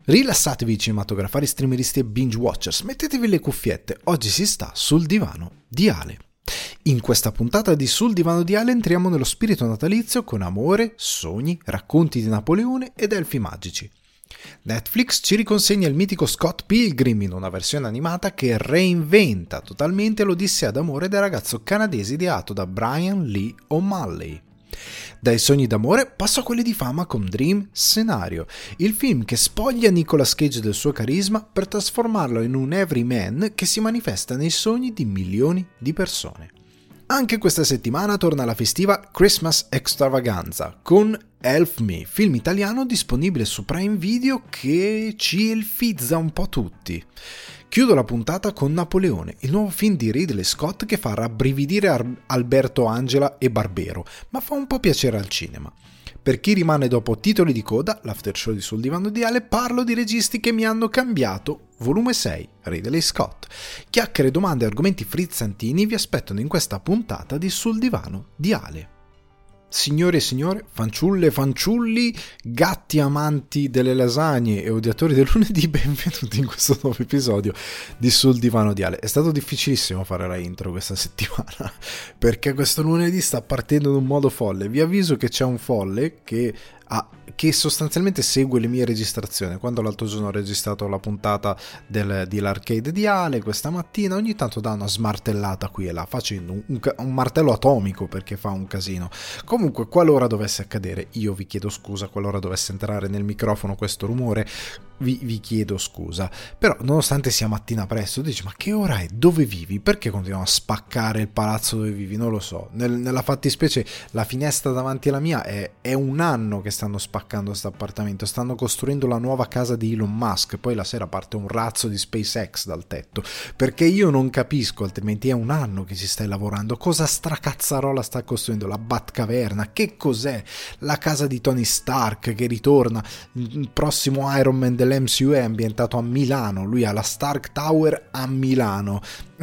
Rilassatevi cinematografari, streameristi e binge watchers, mettetevi le cuffiette, oggi si sta sul divano di Ale. In questa puntata di Sul divano di Ale entriamo nello spirito natalizio con amore, sogni, racconti di Napoleone ed elfi magici. Netflix ci riconsegna il mitico Scott Pilgrim in una versione animata che reinventa totalmente l'odissea d'amore del ragazzo canadese ideato da Brian Lee O'Malley. Dai sogni d'amore passo a quelli di fama con Dream Scenario, il film che spoglia Nicolas Cage del suo carisma per trasformarlo in un everyman che si manifesta nei sogni di milioni di persone. Anche questa settimana torna la festiva Christmas Extravaganza con Elf Me, film italiano disponibile su Prime Video che ci elfizza un po' tutti. Chiudo la puntata con Napoleone, il nuovo film di Ridley Scott che fa rabbrividire Alberto Angela e Barbero, ma fa un po' piacere al cinema. Per chi rimane dopo titoli di coda, l'after show di Sul divano di Ale, parlo di registi che mi hanno cambiato. Volume 6, Ridley Scott. Chiacchiere, domande e argomenti frizzantini vi aspettano in questa puntata di Sul divano di Ale. Signore e signore, fanciulle e fanciulli, gatti amanti delle lasagne e odiatori del lunedì, benvenuti in questo nuovo episodio di Sul divano di Ale. È stato difficilissimo fare la intro questa settimana perché questo lunedì sta partendo in un modo folle. Vi avviso che c'è un folle che sostanzialmente segue le mie registrazioni. Quando l'altro giorno ho registrato la puntata di l'arcade di Ale, questa mattina ogni tanto dà una smartellata qui e là facendo un martello atomico perché fa un casino. Comunque, qualora dovesse accadere, io vi chiedo scusa, qualora dovesse entrare nel microfono questo rumore, vi chiedo scusa. Però nonostante sia mattina presto, dici: ma che ora è? Dove vivi? Perché continuano a spaccare il palazzo dove vivi? Non lo so. Nella fattispecie la finestra davanti alla mia è un anno che stanno spaccando questo appartamento, stanno costruendo la nuova casa di Elon Musk, poi la sera parte un razzo di SpaceX dal tetto, perché io non capisco, altrimenti è un anno che ci stai lavorando, cosa stracazzarola sta costruendo? La Batcaverna? Che cos'è? La casa di Tony Stark che ritorna, il prossimo Iron Man dell'MCU è ambientato a Milano, lui ha la Stark Tower a Milano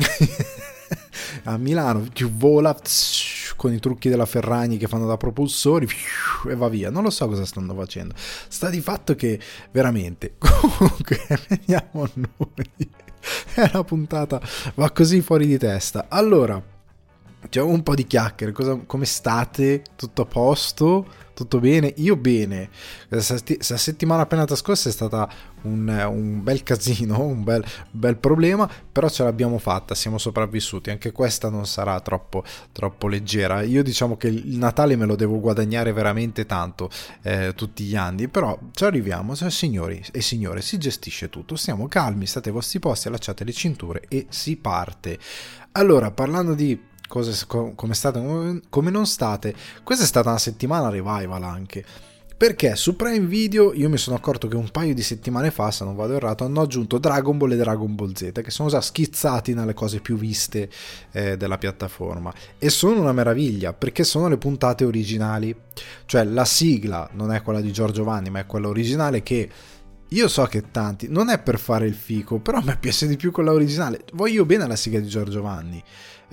a Milano, vola con i trucchi della Ferragni che fanno da propulsori e va via. Non lo so cosa stanno facendo. Sta di fatto che veramente. Comunque veniamo a noi. È una puntata, va così fuori di testa. Allora, c'è un po' di chiacchiere. Come state? Tutto a posto? Tutto bene? Io bene. Questa settimana appena trascorsa è stata un bel casino, un bel problema, però ce l'abbiamo fatta, siamo sopravvissuti. Anche questa non sarà troppo leggera. Io diciamo che il Natale me lo devo guadagnare veramente tanto tutti gli anni, però ci arriviamo, signori e signore, si gestisce tutto. Stiamo calmi, state ai vostri posti, allacciate le cinture e si parte. Allora, parlando di come state, come non state, questa è stata una settimana revival anche, perché su Prime Video io mi sono accorto che un paio di settimane fa, se non vado errato, hanno aggiunto Dragon Ball e Dragon Ball Z, che sono già schizzati nelle cose più viste della piattaforma, e sono una meraviglia perché sono le puntate originali, cioè la sigla non è quella di Giorgio Vanni ma è quella originale, che io so che tanti, non è per fare il fico, però a me piace di più quella originale. Voglio bene la sigla di Giorgio Vanni,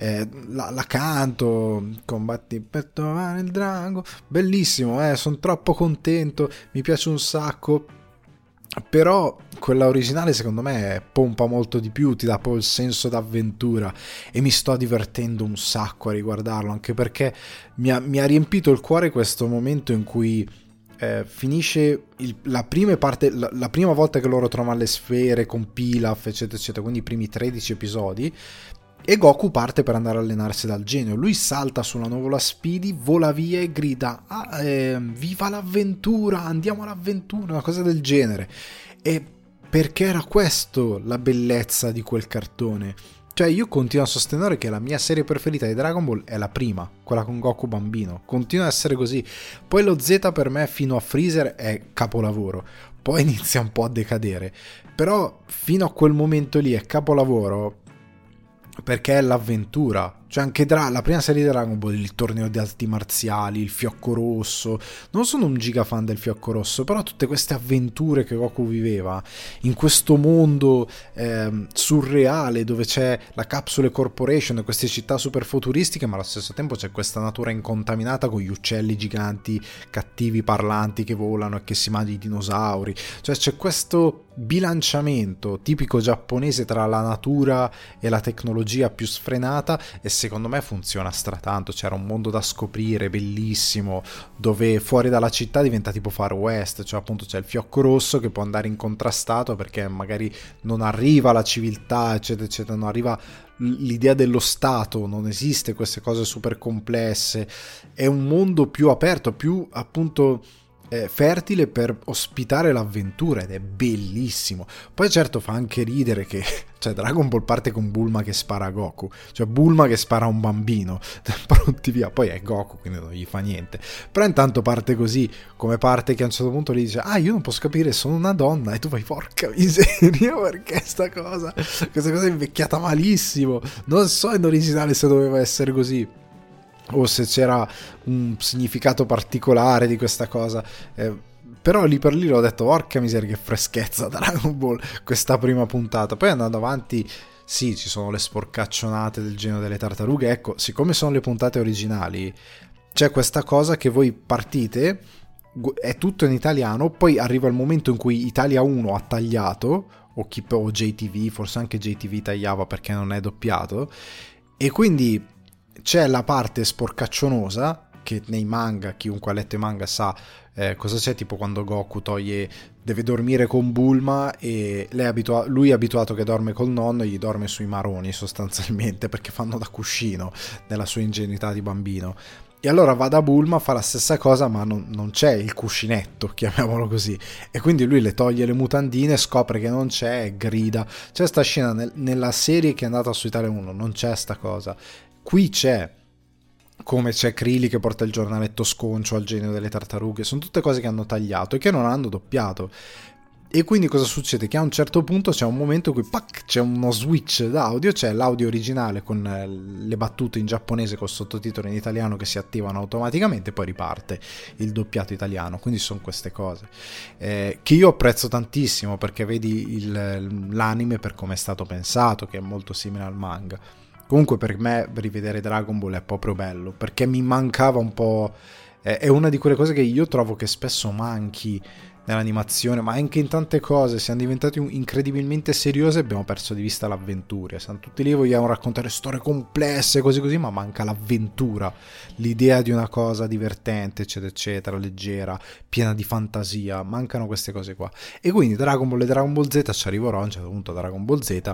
la canto, combatti per trovare il drago, bellissimo, sono troppo contento, mi piace un sacco, però quella originale secondo me pompa molto di più, ti dà poi il senso d'avventura e mi sto divertendo un sacco a riguardarlo, anche perché mi ha riempito il cuore questo momento in cui finisce la prima parte, la prima volta che loro trovano le sfere con Pilaf eccetera eccetera, quindi i primi 13 episodi, e Goku parte per andare a allenarsi dal genio. Lui salta sulla nuvola Speedy, vola via e grida viva l'avventura, andiamo all'avventura, una cosa del genere, e perché era questo la bellezza di quel cartone. Cioè io continuo a sostenere che la mia serie preferita di Dragon Ball è la prima, quella con Goku bambino, continua a essere così. Poi lo Z per me fino a Freezer è capolavoro, poi inizia un po' a decadere, però fino a quel momento lì è capolavoro perché è l'avventura, Cioè anche la prima serie di Dragon Ball, il torneo di arti marziali, il fiocco rosso. Non sono un giga fan del fiocco rosso, però tutte queste avventure che Goku viveva in questo mondo surreale dove c'è la Capsule Corporation, queste città super futuristiche, ma allo stesso tempo c'è questa natura incontaminata con gli uccelli giganti, cattivi parlanti che volano e che si mangiano i dinosauri. Cioè c'è questo bilanciamento tipico giapponese tra la natura e la tecnologia più sfrenata, e secondo me funziona stratanto. C'era un mondo da scoprire bellissimo dove fuori dalla città diventa tipo Far West, cioè appunto c'è il fiocco rosso che può andare incontrastato perché magari non arriva la civiltà eccetera eccetera, non arriva l'idea dello Stato, non esiste queste cose super complesse, è un mondo più aperto, più appunto fertile per ospitare l'avventura, ed è bellissimo. Poi certo fa anche ridere che cioè Dragon Ball parte con Bulma che spara a Goku, cioè Bulma che spara a un bambino, pronti via, poi è Goku quindi non gli fa niente, però intanto parte così, come parte che a un certo punto gli dice io non posso capire, sono una donna, e tu fai porca miseria, perché questa cosa è invecchiata malissimo, non so in originale se doveva essere così o se c'era un significato particolare di questa cosa, però lì per lì l'ho detto porca miseria che freschezza Dragon Ball questa prima puntata. Poi andando avanti sì, ci sono le sporcaccionate del genio delle tartarughe, ecco, siccome sono le puntate originali c'è questa cosa che voi partite, è tutto in italiano, poi arriva il momento in cui Italia 1 ha tagliato o JTV, forse anche JTV tagliava perché non è doppiato, e quindi c'è la parte sporcaccionosa che nei manga, chiunque ha letto i manga sa cosa c'è, tipo quando Goku deve dormire con Bulma e lui è abituato che dorme col nonno e gli dorme sui maroni sostanzialmente perché fanno da cuscino nella sua ingenuità di bambino, e allora va da Bulma, fa la stessa cosa ma non c'è il cuscinetto, chiamiamolo così, e quindi lui le toglie le mutandine, scopre che non c'è e grida. C'è sta scena nella serie che è andata su Italia 1, non c'è sta cosa. Qui c'è, come c'è Krillin che porta il giornaletto sconcio al genio delle tartarughe, sono tutte cose che hanno tagliato e che non hanno doppiato. E quindi cosa succede? Che a un certo punto c'è un momento in cui c'è uno switch d'audio, c'è l'audio originale con le battute in giapponese col sottotitolo in italiano che si attivano automaticamente, poi riparte il doppiato italiano. Quindi sono queste cose che io apprezzo tantissimo, perché vedi l'anime per come è stato pensato, che è molto simile al manga. Comunque per me rivedere Dragon Ball è proprio bello, perché mi mancava un po', è una di quelle cose che io trovo che spesso manchi nell'animazione, ma anche in tante cose. Siamo diventati incredibilmente seriosi e abbiamo perso di vista l'avventura. Siamo tutti lì, vogliamo raccontare storie complesse così, ma manca l'avventura, l'idea di una cosa divertente eccetera eccetera, leggera, piena di fantasia. Mancano queste cose qua, e quindi Dragon Ball e Dragon Ball Z ci arriverò a un certo punto. Dragon Ball Z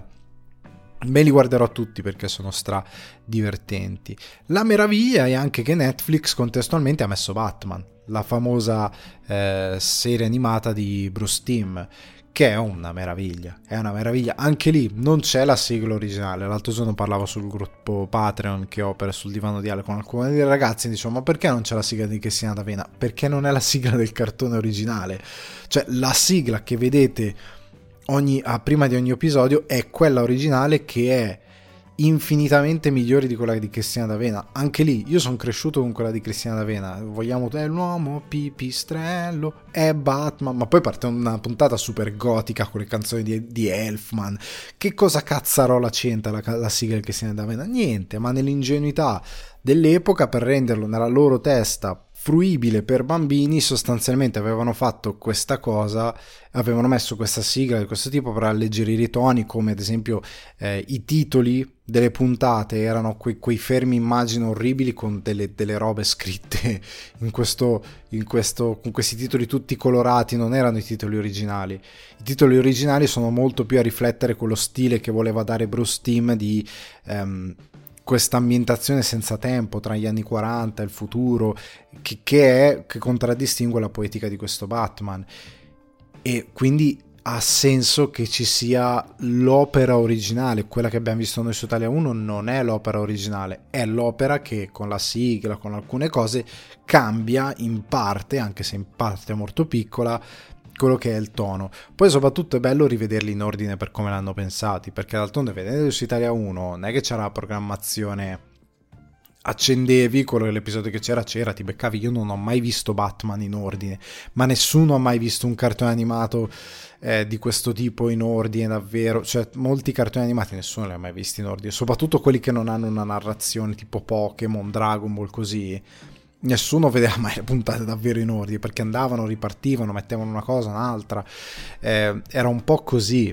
me li guarderò tutti perché sono stra divertenti. La meraviglia è anche che Netflix contestualmente ha messo Batman, la famosa serie animata di Bruce Timm, che è una meraviglia, anche lì non c'è la sigla originale. L'altro giorno parlavo sul gruppo Patreon che ho sul divano di Ale con alcuni dei ragazzi e dicevo ma perché non c'è la sigla di Cristina D'Avena? Perché non è la sigla del cartone originale, cioè la sigla che vedete prima di ogni episodio è quella originale, che è infinitamente migliore di quella di Cristina D'Avena. Anche lì io sono cresciuto con quella di Cristina D'Avena, vogliamo l'uomo pipistrello, è Batman, ma poi parte una puntata super gotica con le canzoni di Elfman. Che cosa cazzarola c'entra la sigla di Cristina D'Avena? Niente, ma nell'ingenuità dell'epoca, per renderlo nella loro testa fruibile per bambini, sostanzialmente avevano fatto questa cosa, avevano messo questa sigla di questo tipo per alleggerire i toni, come ad esempio i titoli delle puntate erano quei fermi immagini orribili con delle robe scritte con questi titoli tutti colorati. Non erano i titoli originali. I titoli originali sono molto più a riflettere quello stile che voleva dare Bruce Timm di questa ambientazione senza tempo tra gli anni 40 e il futuro, che contraddistingue la poetica di questo Batman, e quindi ha senso che ci sia l'opera originale. Quella che abbiamo visto noi su Italia 1 non è l'opera originale, è l'opera che con la sigla, con alcune cose, cambia in parte, anche se in parte molto piccola, quello che è il tono. Poi soprattutto è bello rivederli in ordine per come l'hanno pensati, perché d'altronde vedendo su Italia 1 non è che c'era la programmazione accendevi, quello l'episodio che c'era, ti beccavi. Io non ho mai visto Batman in ordine, ma nessuno ha mai visto un cartone animato di questo tipo in ordine davvero, cioè molti cartoni animati nessuno li ha mai visti in ordine, soprattutto quelli che non hanno una narrazione tipo Pokémon, Dragon Ball, così nessuno vedeva mai le puntate davvero in ordine, perché andavano, ripartivano, mettevano una cosa, un'altra, era un po' così,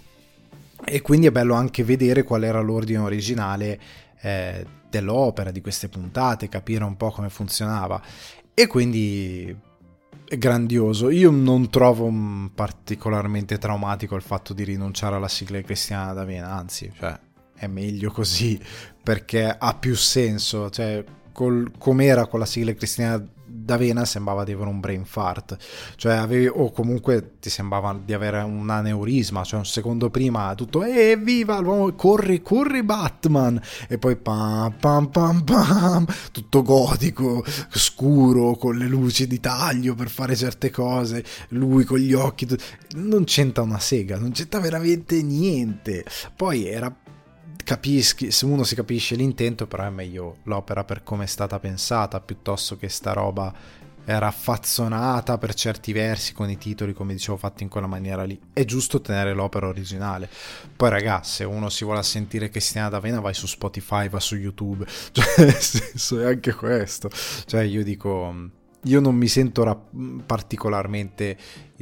e quindi è bello anche vedere qual era l'ordine originale dell'opera, di queste puntate, capire un po' come funzionava, e quindi è grandioso. Io non trovo particolarmente traumatico il fatto di rinunciare alla sigla di Cristiana D'Avena, anzi, cioè, è meglio così, perché ha più senso, cioè com'era con la sigla di Cristiana D'Avena sembrava di avere un brain fart, cioè avevi, o comunque ti sembrava di avere un aneurisma, cioè un secondo prima tutto viva l'uomo, corri Batman, e poi pam pam pam pam, tutto gotico, scuro, con le luci di taglio per fare certe cose, lui con gli occhi, non c'entra una sega, non c'entra veramente niente. Poi era, capisci, se uno si capisce l'intento, però è meglio l'opera per come è stata pensata, piuttosto che sta roba raffazzonata per certi versi con i titoli, come dicevo, fatti in quella maniera lì. È giusto tenere l'opera originale. Poi ragazzi, se uno si vuole sentire Cristiana D'Avena, vai su Spotify, va su YouTube, cioè nel senso è anche questo, cioè io dico, io non mi sento particolarmente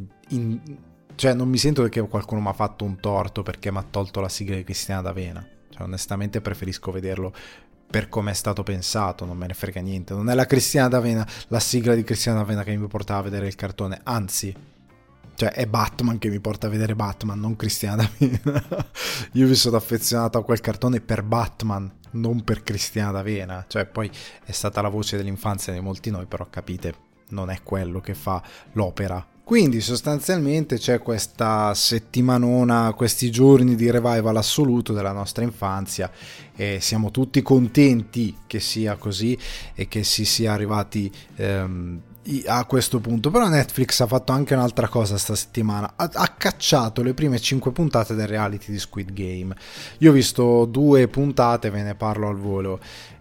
cioè non mi sento che qualcuno mi ha fatto un torto perché mi ha tolto la sigla di Cristiana D'Avena. Cioè, onestamente preferisco vederlo per come è stato pensato, non me ne frega niente. Non è la Cristiana D'Avena, la sigla di Cristiana D'Avena che mi portava a vedere il cartone, anzi, cioè è Batman che mi porta a vedere Batman, non Cristiana D'Avena. Io mi sono affezionato a quel cartone per Batman, non per Cristiana D'Avena. Cioè poi è stata la voce dell'infanzia di molti noi, però capite, non è quello che fa l'opera. Quindi sostanzialmente c'è questa settimanona, questi giorni di revival assoluto della nostra infanzia, e siamo tutti contenti che sia così e che si sia arrivati a questo punto. Però Netflix ha fatto anche un'altra cosa sta settimana, ha cacciato le prime 5 puntate del reality di Squid Game. Io ho visto 2 puntate, ve ne parlo al volo,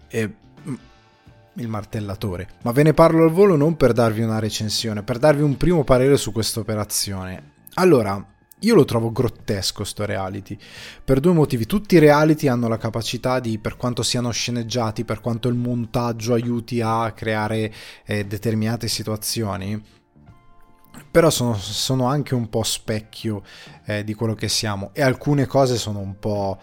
il martellatore, ma ve ne parlo al volo non per darvi una recensione, per darvi un primo parere su questa operazione. Allora, io lo trovo grottesco sto reality, per 2 motivi. Tutti i reality hanno la capacità di, per quanto siano sceneggiati, per quanto il montaggio aiuti a creare determinate situazioni, però sono anche un po' specchio di quello che siamo, e alcune cose sono un po'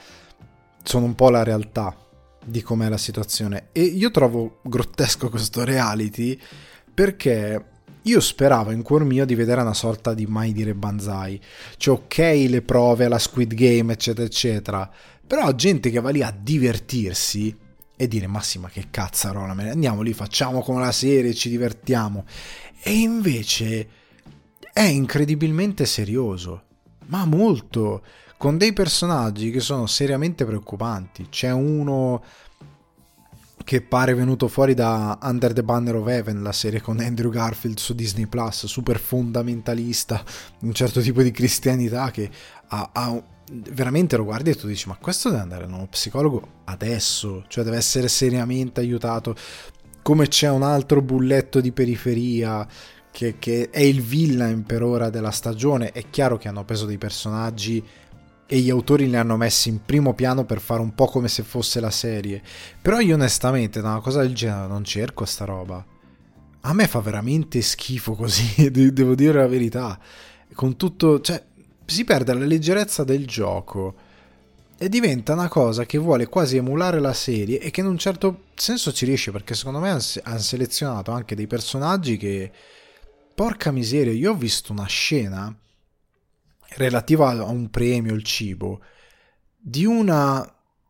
la realtà di com'è la situazione. E io trovo grottesco questo reality perché io speravo in cuor mio di vedere una sorta di Mai Dire Banzai, cioè ok le prove alla Squid Game eccetera eccetera, però gente che va lì a divertirsi e dire ma sì, ma che cazzarola, andiamo lì, facciamo come la serie, ci divertiamo, e invece è incredibilmente serioso, ma molto, con dei personaggi che sono seriamente preoccupanti. C'è uno che pare venuto fuori da Under the Banner of Heaven, la serie con Andrew Garfield su Disney Plus, super fondamentalista, un certo tipo di cristianità che ha veramente, lo guardi e tu dici ma questo deve andare da uno psicologo adesso, cioè deve essere seriamente aiutato. Come c'è un altro bulletto di periferia che è il villain per ora della stagione. È chiaro che hanno preso dei personaggi e gli autori li hanno messi in primo piano per fare un po' come se fosse la serie, però io onestamente da una cosa del genere non cerco sta roba. A me fa veramente schifo così, devo dire la verità, con tutto, cioè si perde la leggerezza del gioco e diventa una cosa che vuole quasi emulare la serie, e che in un certo senso ci riesce, perché secondo me hanno selezionato anche dei personaggi che, porca miseria, io ho visto una scena relativa a un premio, il cibo, di una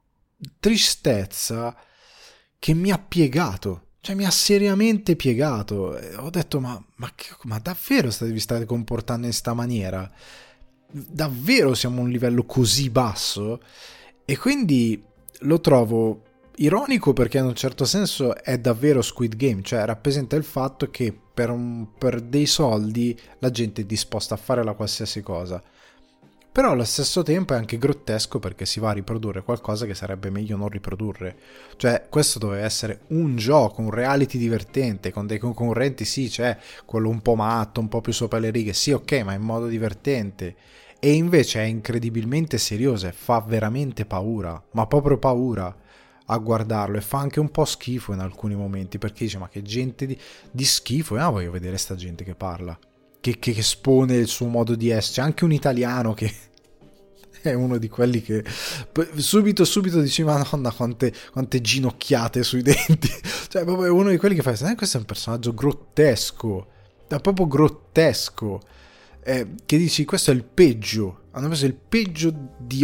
tristezza che mi ha piegato, cioè mi ha seriamente piegato. Ho detto ma davvero vi state comportando in sta maniera? Davvero siamo a un livello così basso? E quindi lo trovo ironico, perché in un certo senso è davvero Squid Game, cioè rappresenta il fatto che per dei soldi la gente è disposta a fare la qualsiasi cosa. però allo stesso tempo è anche grottesco perché si va a riprodurre qualcosa che sarebbe meglio non riprodurre. Cioè, questo doveva essere un gioco, un reality divertente, con dei concorrenti, sì, c'è quello un po' matto, un po' più sopra le righe, sì, ok, ma in modo divertente. E invece è incredibilmente serioso e fa veramente paura, ma proprio paura a guardarlo, e fa anche un po' schifo in alcuni momenti, perché dice, ma che gente di schifo, e voglio vedere sta gente che parla, che espone il suo modo di essere. C'è anche un italiano che è uno di quelli che subito dici, madonna, quante ginocchiate sui denti. Cioè, proprio è uno di quelli che fa, questo è un personaggio grottesco, è proprio grottesco, che dici, questo è il peggio, hanno preso il peggio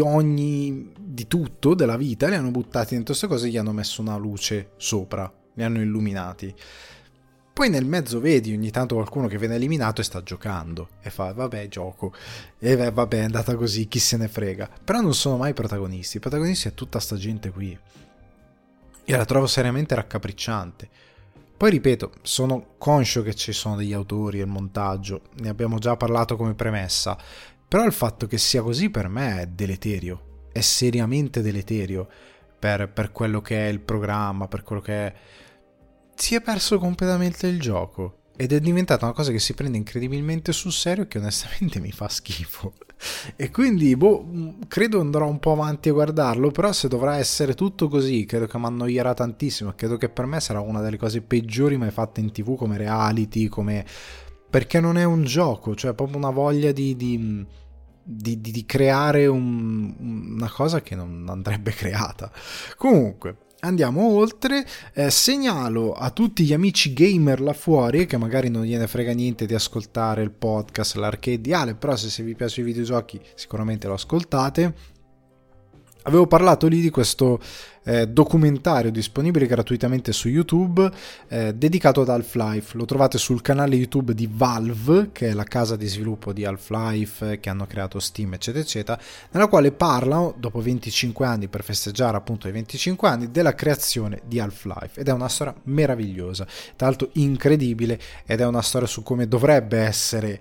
di tutto, della vita, li hanno buttati dentro queste cose e gli hanno messo una luce sopra, li hanno illuminati. Poi nel mezzo vedi ogni tanto qualcuno che viene eliminato e sta giocando e fa, vabbè, gioco, e vabbè, è andata così, chi se ne frega. Però non sono mai i protagonisti è tutta sta gente qui, e la trovo seriamente raccapricciante. Poi ripeto, sono conscio che ci sono degli autori e il montaggio, ne abbiamo già parlato come premessa, però il fatto che sia così per me è deleterio, è seriamente deleterio per quello che è il programma, per quello che è. Si è perso completamente il gioco ed è diventata una cosa che si prende incredibilmente sul serio e che onestamente mi fa schifo. E quindi credo andrò un po' avanti a guardarlo, però se dovrà essere tutto così credo che mi annoierà tantissimo, credo che per me sarà una delle cose peggiori mai fatte in TV come reality, perché non è un gioco, cioè proprio una voglia di creare una cosa che non andrebbe creata. Comunque andiamo oltre, segnalo a tutti gli amici gamer là fuori che magari non gliene frega niente di ascoltare il podcast, l'arcade di Ale, però se vi piace i videogiochi sicuramente lo ascoltate. Avevo parlato lì di questo documentario disponibile gratuitamente su YouTube dedicato ad Half-Life. Lo trovate sul canale YouTube di Valve, che è la casa di sviluppo di Half-Life, che hanno creato Steam eccetera eccetera, nella quale parlano dopo 25 anni, per festeggiare appunto i 25 anni, della creazione di Half-Life, ed è una storia meravigliosa, tra l'altro incredibile, ed è una storia su come dovrebbe essere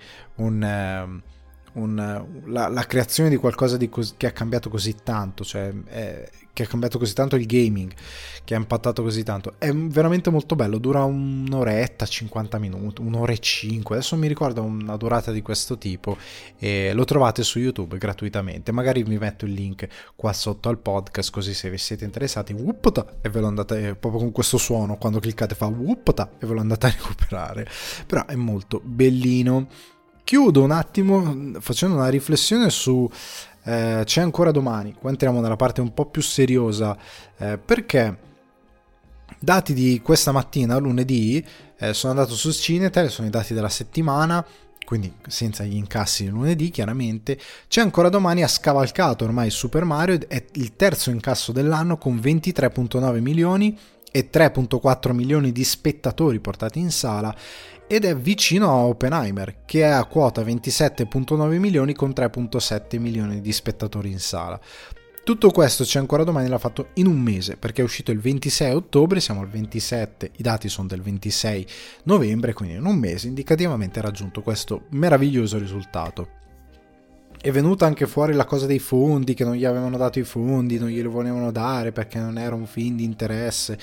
la creazione di qualcosa che ha cambiato così tanto, cioè che ha cambiato così tanto il gaming, che ha impattato così tanto. È veramente molto bello, dura un'oretta, 50 minuti, un'ora e 5, adesso non mi ricordo una durata di questo tipo, e lo trovate su YouTube gratuitamente. Magari vi metto il link qua sotto al podcast, così se vi siete interessati, whoopata, e ve lo andate, proprio con questo suono quando cliccate fa whoopata, e ve lo andate a recuperare. Però è molto bellino. Chiudo un attimo facendo una riflessione su C'è ancora domani. Qua entriamo nella parte un po' più seriosa, perché dati di questa mattina, lunedì, sono andato su Cinetel, sono i dati della settimana, quindi senza gli incassi di lunedì chiaramente. C'è ancora domani ha scavalcato ormai Super Mario, è il terzo incasso dell'anno con 23,9 milioni e 3,4 milioni di spettatori portati in sala, ed è vicino a Oppenheimer, che è a quota 27,9 milioni con 3,7 milioni di spettatori in sala. Tutto questo C'è ancora domani l'ha fatto in un mese, perché è uscito il 26 ottobre, siamo al 27, i dati sono del 26 novembre, quindi in un mese indicativamente ha raggiunto questo meraviglioso risultato. È venuta anche fuori la cosa dei fondi, che non gli avevano dato i fondi, non glielo volevano dare perché non era un film di interesse.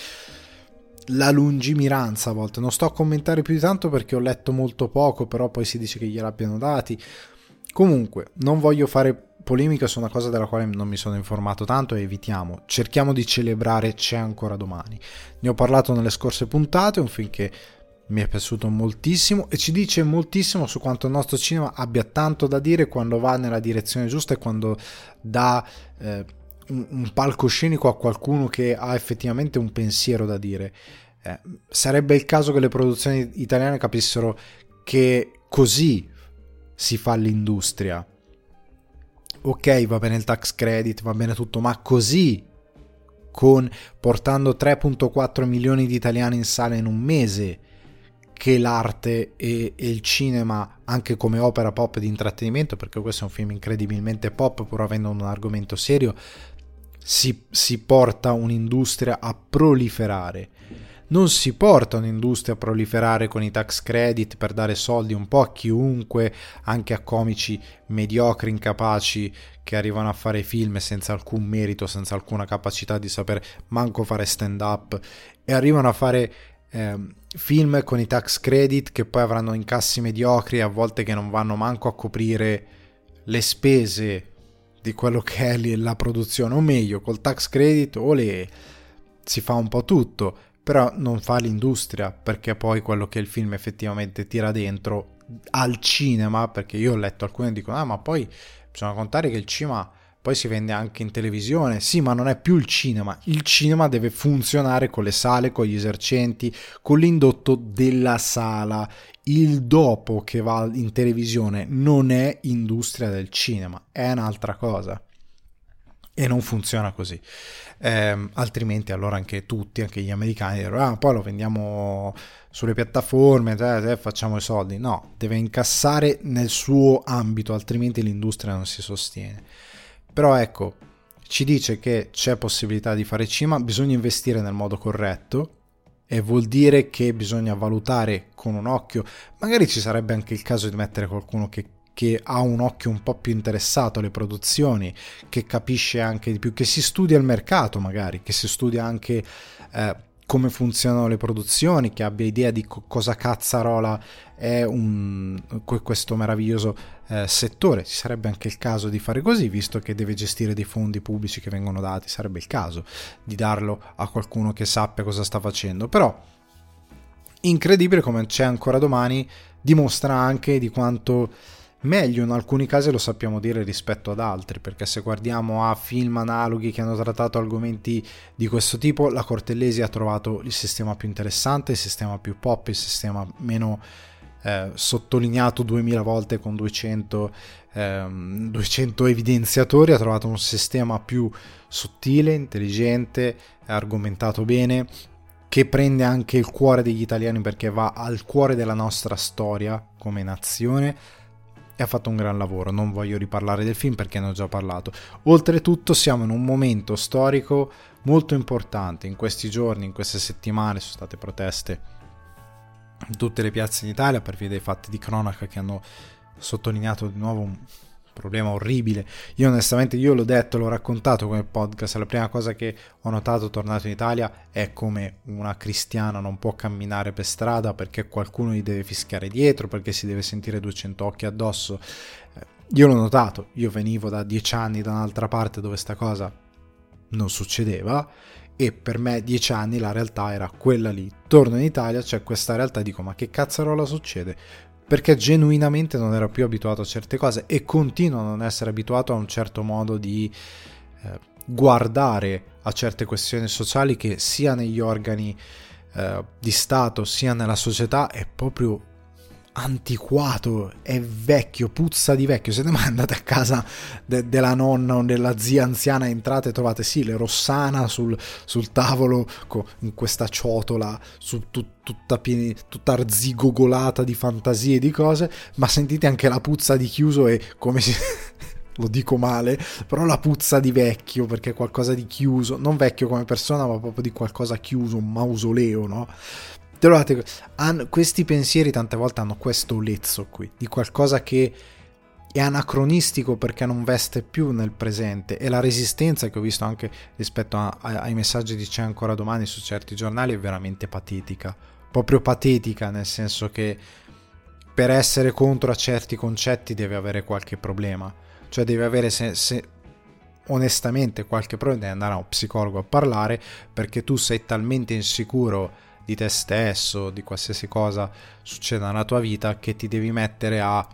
La lungimiranza a volte, non sto a commentare più di tanto perché ho letto molto poco, però poi si dice che gliel'abbiano dati. Comunque non voglio fare polemica su una cosa della quale non mi sono informato tanto, e cerchiamo di celebrare C'è ancora domani. Ne ho parlato nelle scorse puntate, è un film che mi è piaciuto moltissimo e ci dice moltissimo su quanto il nostro cinema abbia tanto da dire quando va nella direzione giusta e quando dà un palcoscenico a qualcuno che ha effettivamente un pensiero da dire. Sarebbe il caso che le produzioni italiane capissero che così si fa l'industria. Ok, va bene il tax credit, va bene tutto, ma così, portando 3,4 milioni di italiani in sala in un mese, che l'arte e il cinema, anche come opera pop di intrattenimento, perché questo è un film incredibilmente pop pur avendo un argomento serio, si porta un'industria a proliferare. non si porta un'industria a proliferare con i tax credit per dare soldi un po' a chiunque, anche a comici mediocri, incapaci, che arrivano a fare film senza alcun merito, senza alcuna capacità di saper manco fare stand up, e arrivano a fare film con i tax credit che poi avranno incassi mediocri, a volte che non vanno manco a coprire le spese di quello che è la produzione, o meglio, col tax credit si fa un po' tutto, però non fa l'industria, perché poi quello che il film effettivamente tira dentro al cinema, perché io ho letto alcuni che dicono ma poi bisogna contare che il cinema poi si vende anche in televisione. Sì, ma non è più il cinema deve funzionare con le sale, con gli esercenti, con l'indotto della sala. Il dopo che va in televisione non è industria del cinema, è un'altra cosa e non funziona così. Altrimenti allora anche gli americani dicono poi lo vendiamo sulle piattaforme, facciamo i soldi. No, deve incassare nel suo ambito, altrimenti l'industria non si sostiene. Però ecco, ci dice che c'è possibilità di fare cinema, bisogna investire nel modo corretto, e vuol dire che bisogna valutare con un occhio. Magari ci sarebbe anche il caso di mettere qualcuno che ha un occhio un po' più interessato alle produzioni, che capisce anche di più, che si studia il mercato, magari che si studia anche come funzionano le produzioni, che abbia idea di cosa cazzarola è questo meraviglioso settore. Ci sarebbe anche il caso di fare così, visto che deve gestire dei fondi pubblici che vengono dati, sarebbe il caso di darlo a qualcuno che sappia cosa sta facendo. Però incredibile come C'è ancora domani dimostra anche di quanto meglio in alcuni casi lo sappiamo dire rispetto ad altri, perché se guardiamo a film analoghi che hanno trattato argomenti di questo tipo, la Cortellesi ha trovato il sistema più interessante, il sistema più pop, il sistema meno sottolineato 2000 volte con 200 evidenziatori. Ha trovato un sistema più sottile, intelligente, argomentato bene, che prende anche il cuore degli italiani, perché va al cuore della nostra storia come nazione, e ha fatto un gran lavoro. Non voglio riparlare del film perché ne ho già parlato. Oltretutto siamo in un momento storico molto importante. In questi giorni, in queste settimane sono state proteste in tutte le piazze in Italia per via dei fatti di cronaca che hanno sottolineato di nuovo un problema orribile. Io onestamente, io l'ho detto, l'ho raccontato come podcast, la prima cosa che ho notato tornato in Italia è come una cristiana non può camminare per strada perché qualcuno gli deve fischiare dietro, perché si deve sentire 200 occhi addosso. Io l'ho notato, io venivo da 10 anni da un'altra parte dove sta cosa non succedeva, e per me 10 anni la realtà era quella lì. Torno in Italia, c'è questa realtà e dico ma che cazzarola succede? Perché genuinamente non ero più abituato a certe cose e continuo a non essere abituato a un certo modo di guardare a certe questioni sociali che sia negli organi di Stato sia nella società è proprio antiquato, è vecchio, puzza di vecchio. Siete mai andate a casa della nonna o della zia anziana, entrate e trovate sì le Rossana sul tavolo in questa ciotola tutta arzigogolata di fantasie e di cose, ma sentite anche la puzza di chiuso e come si lo dico male, però la puzza di vecchio, perché è qualcosa di chiuso, non vecchio come persona ma proprio di qualcosa chiuso, un mausoleo, no? Questi pensieri tante volte hanno questo lezzo qui di qualcosa che è anacronistico perché non veste più nel presente, e la resistenza che ho visto anche rispetto ai messaggi di C'è ancora domani su certi giornali è veramente patetica, proprio patetica, nel senso che per essere contro a certi concetti deve avere qualche problema, cioè deve avere se onestamente qualche problema, devi andare a un psicologo a parlare, perché tu sei talmente insicuro di te stesso, di qualsiasi cosa succeda nella tua vita, che ti devi mettere a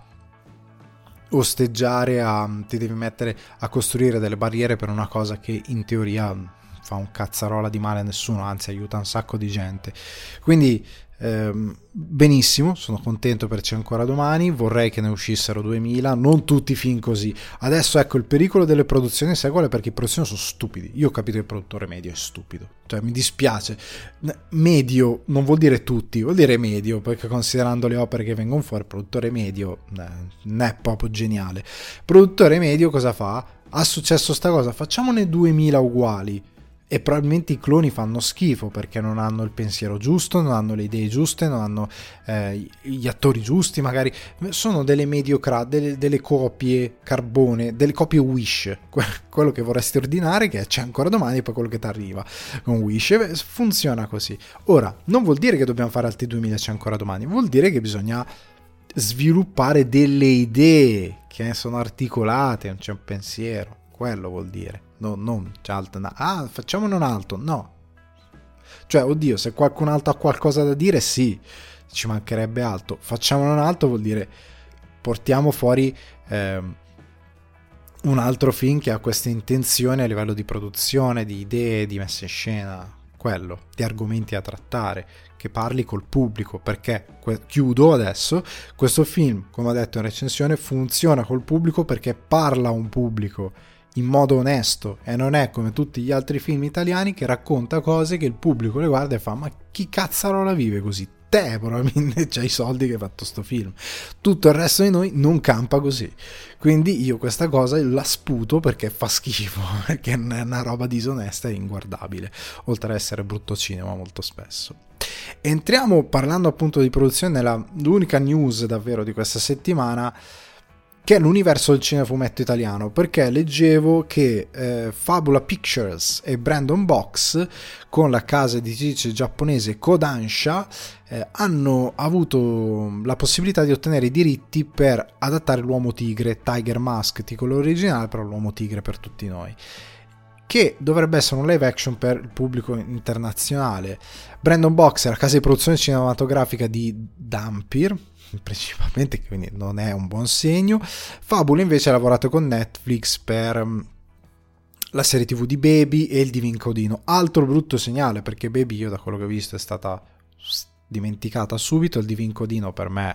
osteggiare, ti devi mettere a costruire delle barriere per una cosa che in teoria fa un cazzarola di male a nessuno, anzi aiuta un sacco di gente. Quindi benissimo, sono contento per C'è ancora domani, vorrei che ne uscissero 2000, non tutti i film così. Adesso ecco il pericolo delle produzioni, sai qual è? Perché i produzioni sono stupidi. Io ho capito che il produttore medio è stupido, cioè mi dispiace. Medio non vuol dire tutti, vuol dire medio, perché considerando le opere che vengono fuori, il produttore medio non è proprio geniale. Il produttore medio cosa fa? Ha successo sta cosa, facciamone 2000 uguali e probabilmente i cloni fanno schifo perché non hanno il pensiero giusto, non hanno le idee giuste, non hanno gli attori giusti, magari sono delle delle copie carbone, delle copie Wish, quello che vorresti ordinare che c'è ancora domani e poi quello che ti arriva con Wish, funziona così. Ora, non vuol dire che dobbiamo fare altri 2000 c'è ancora domani, vuol dire che bisogna sviluppare delle idee che sono articolate, non c'è un pensiero, quello vuol dire. No, non c'è altro. Facciamone un altro. No. Cioè, oddio, se qualcun altro ha qualcosa da dire, sì, ci mancherebbe altro. Facciamone un altro vuol dire portiamo fuori un altro film che ha queste intenzioni a livello di produzione, di idee, di messa in scena, quello, di argomenti da trattare, che parli col pubblico, perché chiudo adesso, questo film, come ho detto in recensione, funziona col pubblico perché parla a un pubblico in modo onesto e non è come tutti gli altri film italiani che racconta cose che il pubblico le guarda e fa ma chi cazzarola la vive così? Te probabilmente c'hai i soldi che hai fatto sto film, tutto il resto di noi non campa così, quindi io questa cosa la sputo perché fa schifo, perché è una roba disonesta e inguardabile, oltre ad essere brutto cinema molto spesso. Entriamo, parlando appunto di produzione, l'unica news davvero di questa settimana, che è l'universo del cinefumetto italiano, perché leggevo che Fabula Pictures e Brandon Box, con la casa editrice giapponese Kodansha, hanno avuto la possibilità di ottenere i diritti per adattare l'Uomo Tigre, Tiger Mask, titolo originale, però l'Uomo Tigre per tutti noi, che dovrebbe essere un live action per il pubblico internazionale. Brandon Box è la casa di produzione cinematografica di Dhampir, principalmente, quindi non è un buon segno. Fabula invece ha lavorato con Netflix per la serie TV di Baby e il Divin Codino, altro brutto segnale perché Baby, io da quello che ho visto, è stata dimenticata subito. Il Divin Codino per me,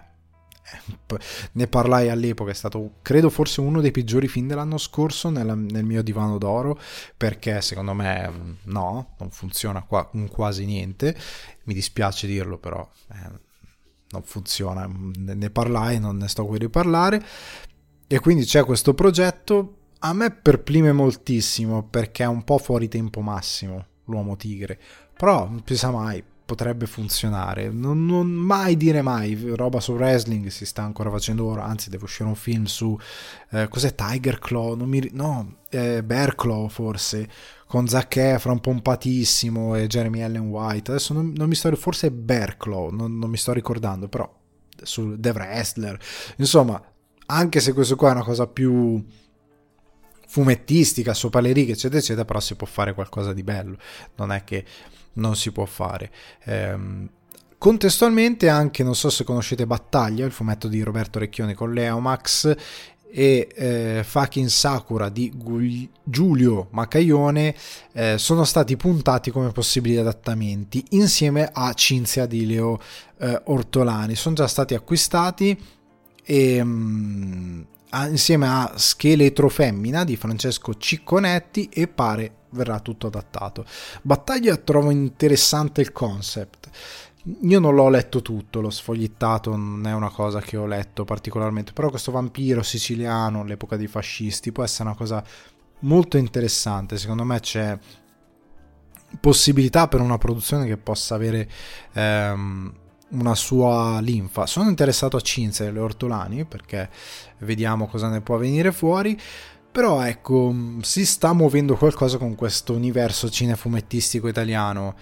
ne parlai all'epoca, è stato credo forse uno dei peggiori film dell'anno scorso nel mio divano d'oro, perché secondo me non funziona qua quasi niente, mi dispiace dirlo, però non funziona, ne parlai, non ne sto qui a riparlare, e quindi c'è questo progetto. A me perplime moltissimo perché è un po' fuori tempo massimo l'Uomo Tigre, però non si sa mai, potrebbe funzionare, non mai dire mai. Roba su wrestling si sta ancora facendo ora, anzi deve uscire un film su cos'è, Tiger Claw, Bear Claw forse, con Zac Efron pompatissimo e Jeremy Allen White, adesso non mi sto, forse è Bear Claw, non mi sto ricordando, però su The Wrestler, insomma, anche se questo qua è una cosa più fumettistica, sopra le righe eccetera eccetera, però si può fare qualcosa di bello, non è che non si può fare. Contestualmente anche, non so se conoscete Battaglia, il fumetto di Roberto Recchioni con Leomax, e Fucking Sakura di Giulio Macaione sono stati puntati come possibili adattamenti insieme a Cinzia di Leo Ortolani. Sono già stati acquistati e insieme a Scheletro Femmina di Francesco Cicconetti, e pare verrà tutto adattato. Battaglia, trovo interessante il concept. Io non l'ho letto tutto, l'ho sfogliattato, non è una cosa che ho letto particolarmente, però questo vampiro siciliano all'epoca dei fascisti può essere una cosa molto interessante. Secondo me c'è possibilità per una produzione che possa avere una sua linfa. Sono interessato a Cinzia e le Ortolani perché vediamo cosa ne può venire fuori, però ecco, si sta muovendo qualcosa con questo universo cinefumettistico italiano.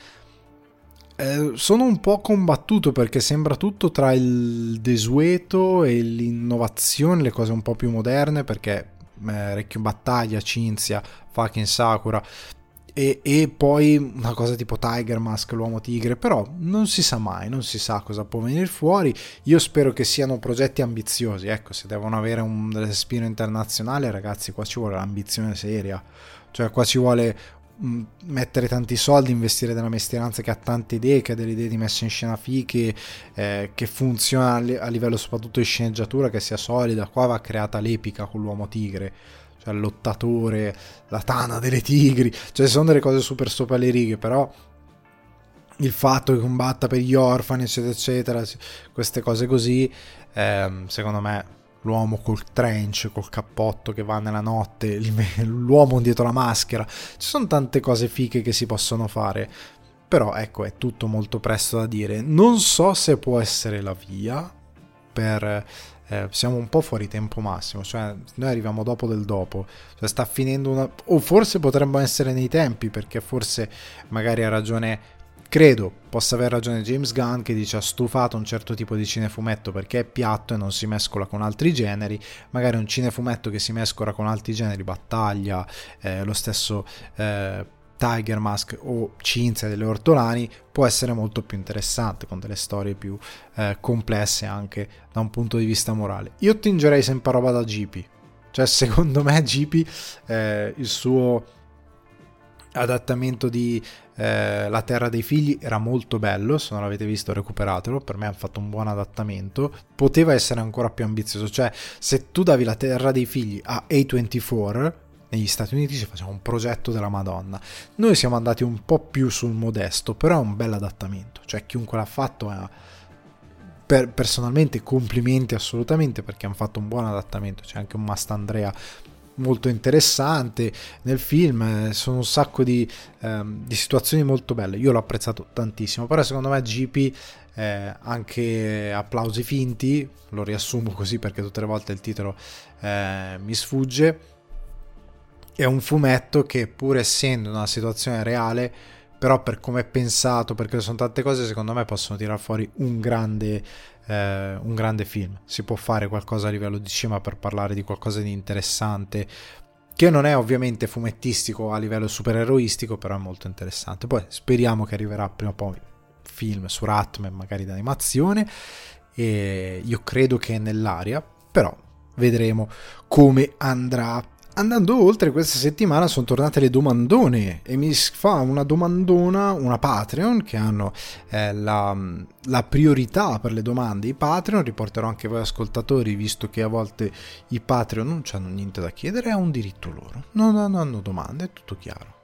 Sono un po' combattuto perché sembra tutto tra il desueto e l'innovazione, le cose un po' più moderne, perché Battaglia, Cinzia, Fucking Sakura e poi una cosa tipo Tiger Mask, l'Uomo Tigre, però non si sa mai, non si sa cosa può venire fuori. Io spero che siano progetti ambiziosi, ecco, se devono avere un respiro internazionale, ragazzi, qua ci vuole l'ambizione seria, cioè qua ci vuole mettere tanti soldi, investire della mestieranza che ha tante idee, che ha delle idee di messa in scena fiche, che funziona a livello soprattutto di sceneggiatura, che sia solida. Qua va creata l'epica con l'Uomo Tigre, cioè il lottatore, la tana delle tigri, cioè sono delle cose super sopra le righe, però il fatto che combatta per gli orfani eccetera eccetera, queste cose così, secondo me l'uomo col trench, col cappotto che va nella notte, l'uomo dietro la maschera. Ci sono tante cose fighe che si possono fare, però ecco, è tutto molto presto da dire. Non so se può essere la via per... siamo un po' fuori tempo massimo, cioè noi arriviamo dopo del dopo, cioè sta finendo una... o forse potremmo essere nei tempi, perché forse magari ha ragione, credo possa aver ragione James Gunn, che dice ha stufato un certo tipo di cinefumetto perché è piatto e non si mescola con altri generi. Magari un cinefumetto che si mescola con altri generi, battaglia, lo stesso Tiger Mask o Cinzia delle Ortolani, può essere molto più interessante, con delle storie più complesse anche da un punto di vista morale. Io tingerei sempre roba da GP, cioè secondo me GP, il suo adattamento di La Terra dei Figli era molto bello, se non l'avete visto recuperatelo, per me hanno fatto un buon adattamento. Poteva essere ancora più ambizioso, cioè se tu davi La Terra dei Figli a A24 negli Stati Uniti si faceva un progetto della Madonna. Noi siamo andati un po' più sul modesto, però è un bel adattamento, cioè chiunque l'ha fatto personalmente complimenti assolutamente, perché hanno fatto un buon adattamento. C'è anche un Mastandrea molto interessante nel film, sono un sacco di situazioni molto belle, io l'ho apprezzato tantissimo. Però secondo me GP, anche applausi finti, lo riassumo così perché tutte le volte il titolo mi sfugge, è un fumetto che, pur essendo una situazione reale, però per come è pensato, perché sono tante cose, secondo me possono tirar fuori un grande film. Si può fare qualcosa a livello di cinema per parlare di qualcosa di interessante, che non è ovviamente fumettistico a livello supereroistico, però è molto interessante. Poi speriamo che arriverà prima o poi film su Ratman, magari d'animazione, e io credo che è nell'aria, però vedremo come andrà. Andando oltre, questa settimana sono tornate le domandone e mi fa una domandona una Patreon, che hanno la priorità per le domande. I Patreon, riporterò anche voi ascoltatori, visto che a volte i Patreon non hanno niente da chiedere, è un diritto loro, non hanno domande, è tutto chiaro.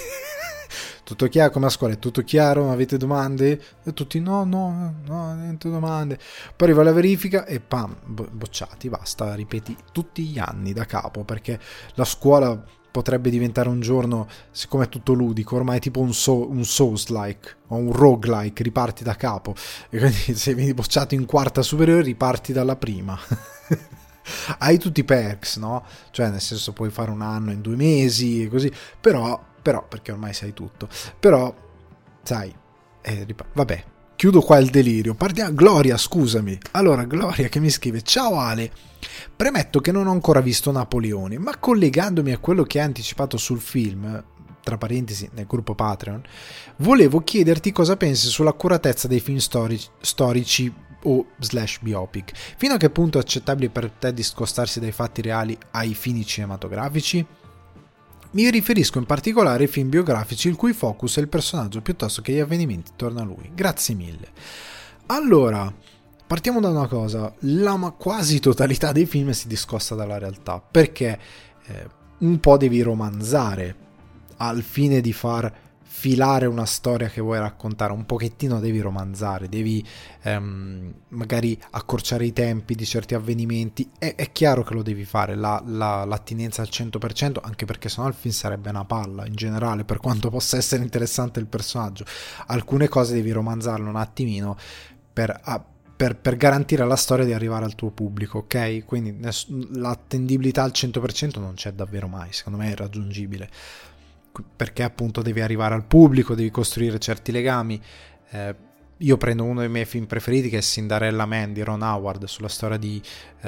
Tutto chiaro, come a scuola, è tutto chiaro, avete domande? E tutti no, niente domande. Poi arriva la verifica e pam, bocciati, basta, ripeti tutti gli anni da capo, perché la scuola potrebbe diventare un giorno, siccome è tutto ludico, ormai è tipo un Souls-like o un roguelike, riparti da capo, e quindi se vieni bocciato in quarta superiore riparti dalla prima. Hai tutti i perks, no? Cioè nel senso puoi fare un anno in 2 mesi e così, però perché ormai sai tutto, però sai, vabbè, chiudo qua il delirio. Partiamo. Gloria, scusami. Allora, Gloria che mi scrive: ciao Ale, premetto che non ho ancora visto Napoleone, ma collegandomi a quello che hai anticipato sul film, tra parentesi nel gruppo Patreon, volevo chiederti cosa pensi sull'accuratezza dei film storici o / biopic. Fino a che punto è accettabile per te discostarsi dai fatti reali ai fini cinematografici? Mi riferisco in particolare ai film biografici il cui focus è il personaggio piuttosto che gli avvenimenti intorno a lui. Grazie mille. Allora, partiamo da una cosa: la quasi totalità dei film si discosta dalla realtà, perché un po' devi romanzare al fine di far filare una storia che vuoi raccontare, un pochettino devi romanzare, devi magari accorciare i tempi di certi avvenimenti, è chiaro che lo devi fare, l'attinenza al 100%, anche perché sennò il film sarebbe una palla in generale, per quanto possa essere interessante il personaggio. Alcune cose devi romanzarle un attimino per garantire alla storia di arrivare al tuo pubblico, ok? Quindi l'attendibilità al 100% non c'è davvero mai, secondo me è irraggiungibile, perché appunto devi arrivare al pubblico, devi costruire certi legami. Io prendo uno dei miei film preferiti, che è Cinderella Man di Ron Howard, sulla storia di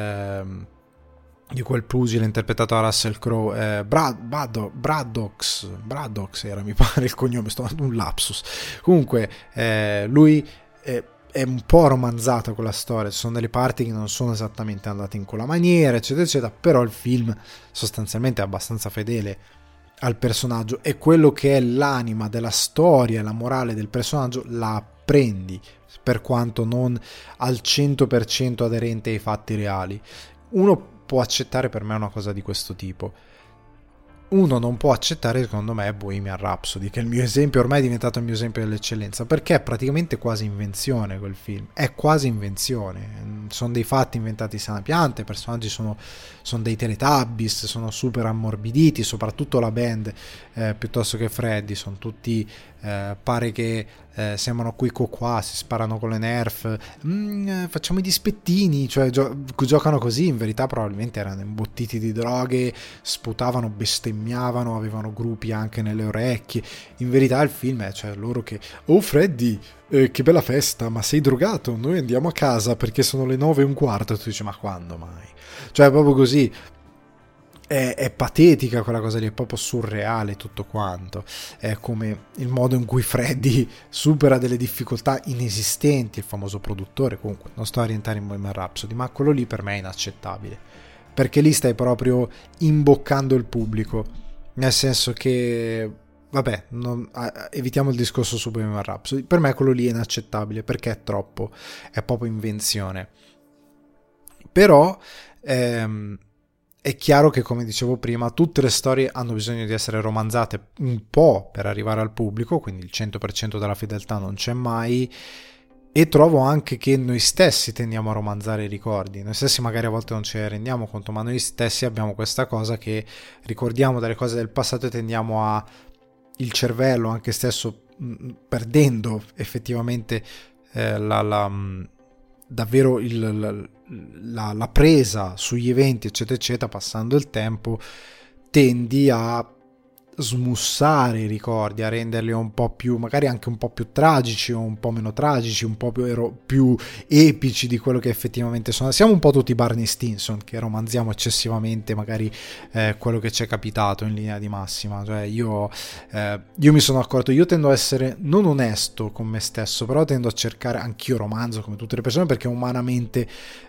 quel pugile interpretato da Russell Crowe, Braddox era, mi pare il cognome, sto dando un lapsus. Comunque lui è un po' romanzata quella storia, ci sono delle parti che non sono esattamente andate in quella maniera, eccetera eccetera, però il film sostanzialmente è abbastanza fedele al personaggio, e quello che è l'anima della storia, la morale del personaggio la apprendi, per quanto non al 100% aderente ai fatti reali. Uno può accettare, per me, una cosa di questo tipo. uno non può accettare, secondo me, Bohemian Rhapsody, che è il mio esempio, ormai è diventato il mio esempio dell'eccellenza, perché è praticamente quasi invenzione quel film, è quasi invenzione, sono dei fatti inventati sana pianta, i personaggi sono dei Teletubbies, sono super ammorbiditi, soprattutto la band, piuttosto che Freddy, sono tutti, pare che siamo qui qua, si sparano con le nerf, facciamo i dispettini, cioè giocano così, in verità probabilmente erano imbottiti di droghe, sputavano, bestemmiavano, avevano gruppi anche nelle orecchie. In verità il film è, cioè, loro che "Oh Freddy, che bella festa, ma sei drogato? Noi andiamo a casa perché sono le 9:15", e tu dici "ma quando mai?". Cioè è proprio così, è patetica quella cosa lì, è proprio surreale tutto quanto, è come il modo in cui Freddy supera delle difficoltà inesistenti, il famoso produttore. Comunque non sto a rientrare in Bohemian Rhapsody, ma quello lì per me è inaccettabile, perché lì stai proprio imboccando il pubblico, nel senso che vabbè, evitiamo il discorso su Bohemian Rhapsody, per me quello lì è inaccettabile perché è troppo, è proprio invenzione. Però è chiaro che, come dicevo prima, tutte le storie hanno bisogno di essere romanzate un po' per arrivare al pubblico, quindi il 100% della fedeltà non c'è mai, e trovo anche che noi stessi tendiamo a romanzare i ricordi, noi stessi magari a volte non ce ne rendiamo conto, ma noi stessi abbiamo questa cosa che ricordiamo delle cose del passato e tendiamo a il cervello anche stesso, perdendo effettivamente davvero la presa sugli eventi eccetera eccetera, passando il tempo tendi a smussare i ricordi, a renderli un po' più, magari anche un po' più tragici o un po' meno tragici, un po' più epici di quello che effettivamente sono. Siamo un po' tutti Barney Stinson che romanziamo eccessivamente magari quello che ci è capitato in linea di massima. Cioè io mi sono accorto, io tendo a essere non onesto con me stesso, però tendo a cercare, anch'io romanzo come tutte le persone, perché umanamente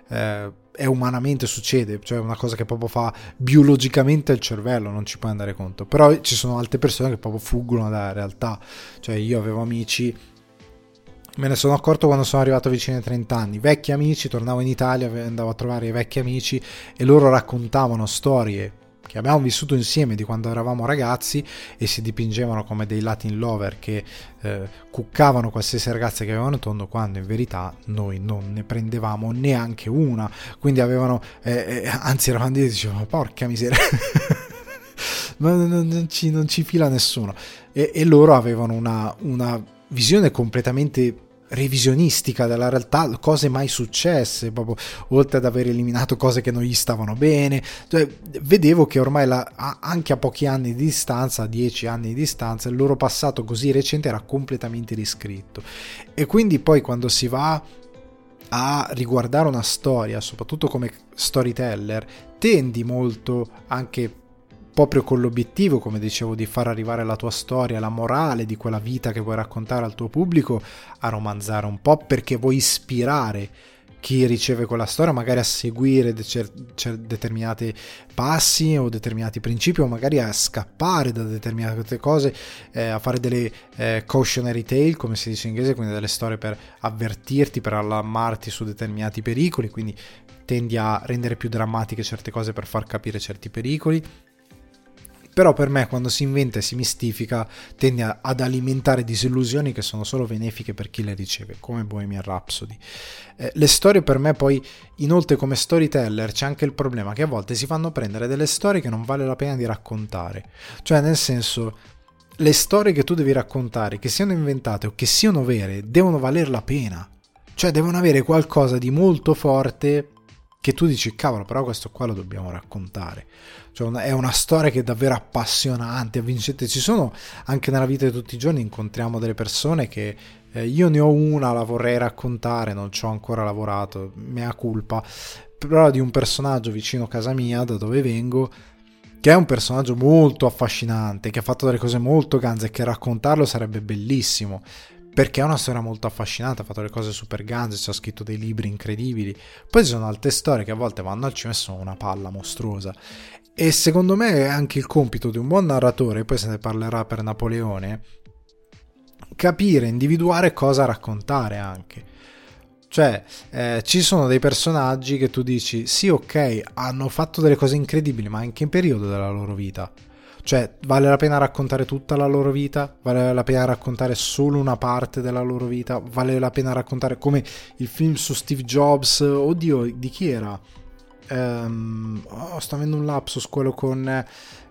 succede, cioè è una cosa che proprio fa biologicamente il cervello, non ci puoi andare conto. Però ci sono altre persone che proprio fuggono dalla realtà. Cioè io avevo amici, me ne sono accorto quando sono arrivato vicino ai 30 anni, vecchi amici, tornavo in Italia, andavo a trovare i vecchi amici e loro raccontavano storie che abbiamo vissuto insieme di quando eravamo ragazzi e si dipingevano come dei Latin lover che cuccavano qualsiasi ragazza che avevano tondo, quando in verità noi non ne prendevamo neanche una. Quindi avevano anzi eravamo lì e dicevamo porca miseria ma non ci fila nessuno, e loro avevano una visione completamente revisionistica della realtà, cose mai successe, proprio, oltre ad aver eliminato cose che non gli stavano bene. Cioè, vedevo che ormai anche a pochi anni di distanza, 10 anni di distanza, il loro passato così recente era completamente riscritto. E quindi poi quando si va a riguardare una storia, soprattutto come storyteller, tendi molto anche proprio con l'obiettivo, come dicevo, di far arrivare la tua storia, la morale di quella vita che vuoi raccontare al tuo pubblico, a romanzare un po', perché vuoi ispirare chi riceve quella storia magari a seguire determinati passi o determinati principi, o magari a scappare da determinate cose, a fare delle cautionary tale, come si dice in inglese, quindi delle storie per avvertirti, per allarmarti su determinati pericoli. Quindi tendi a rendere più drammatiche certe cose per far capire certi pericoli. Però per me, quando si inventa e si mistifica, tende ad alimentare disillusioni che sono solo benefiche per chi le riceve, come Bohemian Rhapsody. Le storie per me poi, inoltre, come storyteller c'è anche il problema che a volte si fanno prendere delle storie che non vale la pena di raccontare. Cioè, nel senso, le storie che tu devi raccontare, che siano inventate o che siano vere, devono valer la pena. Cioè, devono avere qualcosa di molto forte che tu dici, cavolo, però questo qua lo dobbiamo raccontare. Cioè è una storia che è davvero appassionante, avvincente. Ci sono anche nella vita di tutti i giorni, incontriamo delle persone che io ne ho una, la vorrei raccontare, non ci ho ancora lavorato, mea culpa, però di un personaggio vicino a casa mia, da dove vengo, che è un personaggio molto affascinante, che ha fatto delle cose molto ganze, e che raccontarlo sarebbe bellissimo, perché è una storia molto affascinante, ha fatto delle cose super ganze, ci ha scritto dei libri incredibili. Poi ci sono altre storie che a volte vanno al cinema e sono una palla mostruosa. E secondo me è anche il compito di un buon narratore, poi se ne parlerà per Napoleone, capire, individuare cosa raccontare anche. Cioè, ci sono dei personaggi che tu dici, sì, ok, hanno fatto delle cose incredibili, ma in che periodo della loro vita? Cioè, vale la pena raccontare tutta la loro vita? Vale la pena raccontare solo una parte della loro vita? Vale la pena raccontare come il film su Steve Jobs? Oddio, di chi era? Sto avendo un lapsus, quello con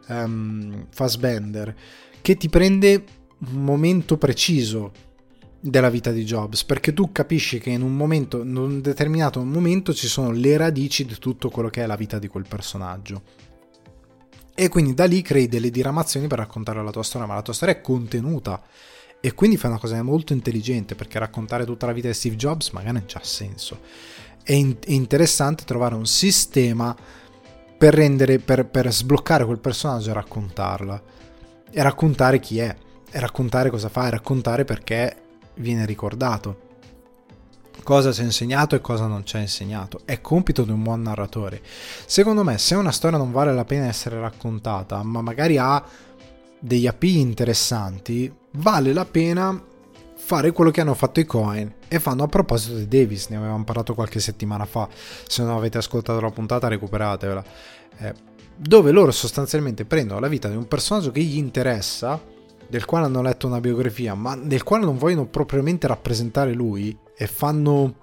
Fassbender, che ti prende un momento preciso della vita di Jobs, perché tu capisci che in un determinato momento ci sono le radici di tutto quello che è la vita di quel personaggio. E quindi da lì crei delle diramazioni per raccontare la tua storia, ma la tua storia è contenuta e quindi fai una cosa molto intelligente, perché raccontare tutta la vita di Steve Jobs magari non c'ha senso. È interessante trovare un sistema per sbloccare quel personaggio e raccontarla, e raccontare chi è, e raccontare cosa fa, e raccontare perché viene ricordato, cosa ci ha insegnato e cosa non ci ha insegnato. È compito di un buon narratore. Secondo me, se una storia non vale la pena essere raccontata, ma magari ha degli API interessanti, vale la pena fare quello che hanno fatto i Coen e fanno a proposito di Davis. Ne avevamo parlato qualche settimana fa, se non avete ascoltato la puntata recuperatevela, dove loro sostanzialmente prendono la vita di un personaggio che gli interessa, del quale hanno letto una biografia, ma del quale non vogliono propriamente rappresentare lui, e fanno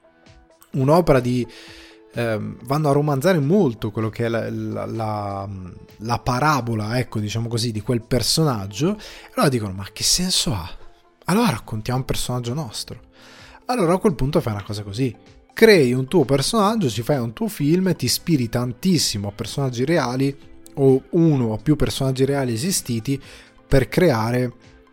un'opera di vanno a romanzare molto quello che è la parabola, ecco, diciamo così, di quel personaggio. E allora dicono: ma che senso ha? Allora raccontiamo un personaggio nostro. Allora a quel punto fai una cosa così: crei un tuo personaggio, ci fai un tuo film, ti ispiri tantissimo a personaggi reali o uno o più personaggi reali esistiti per creare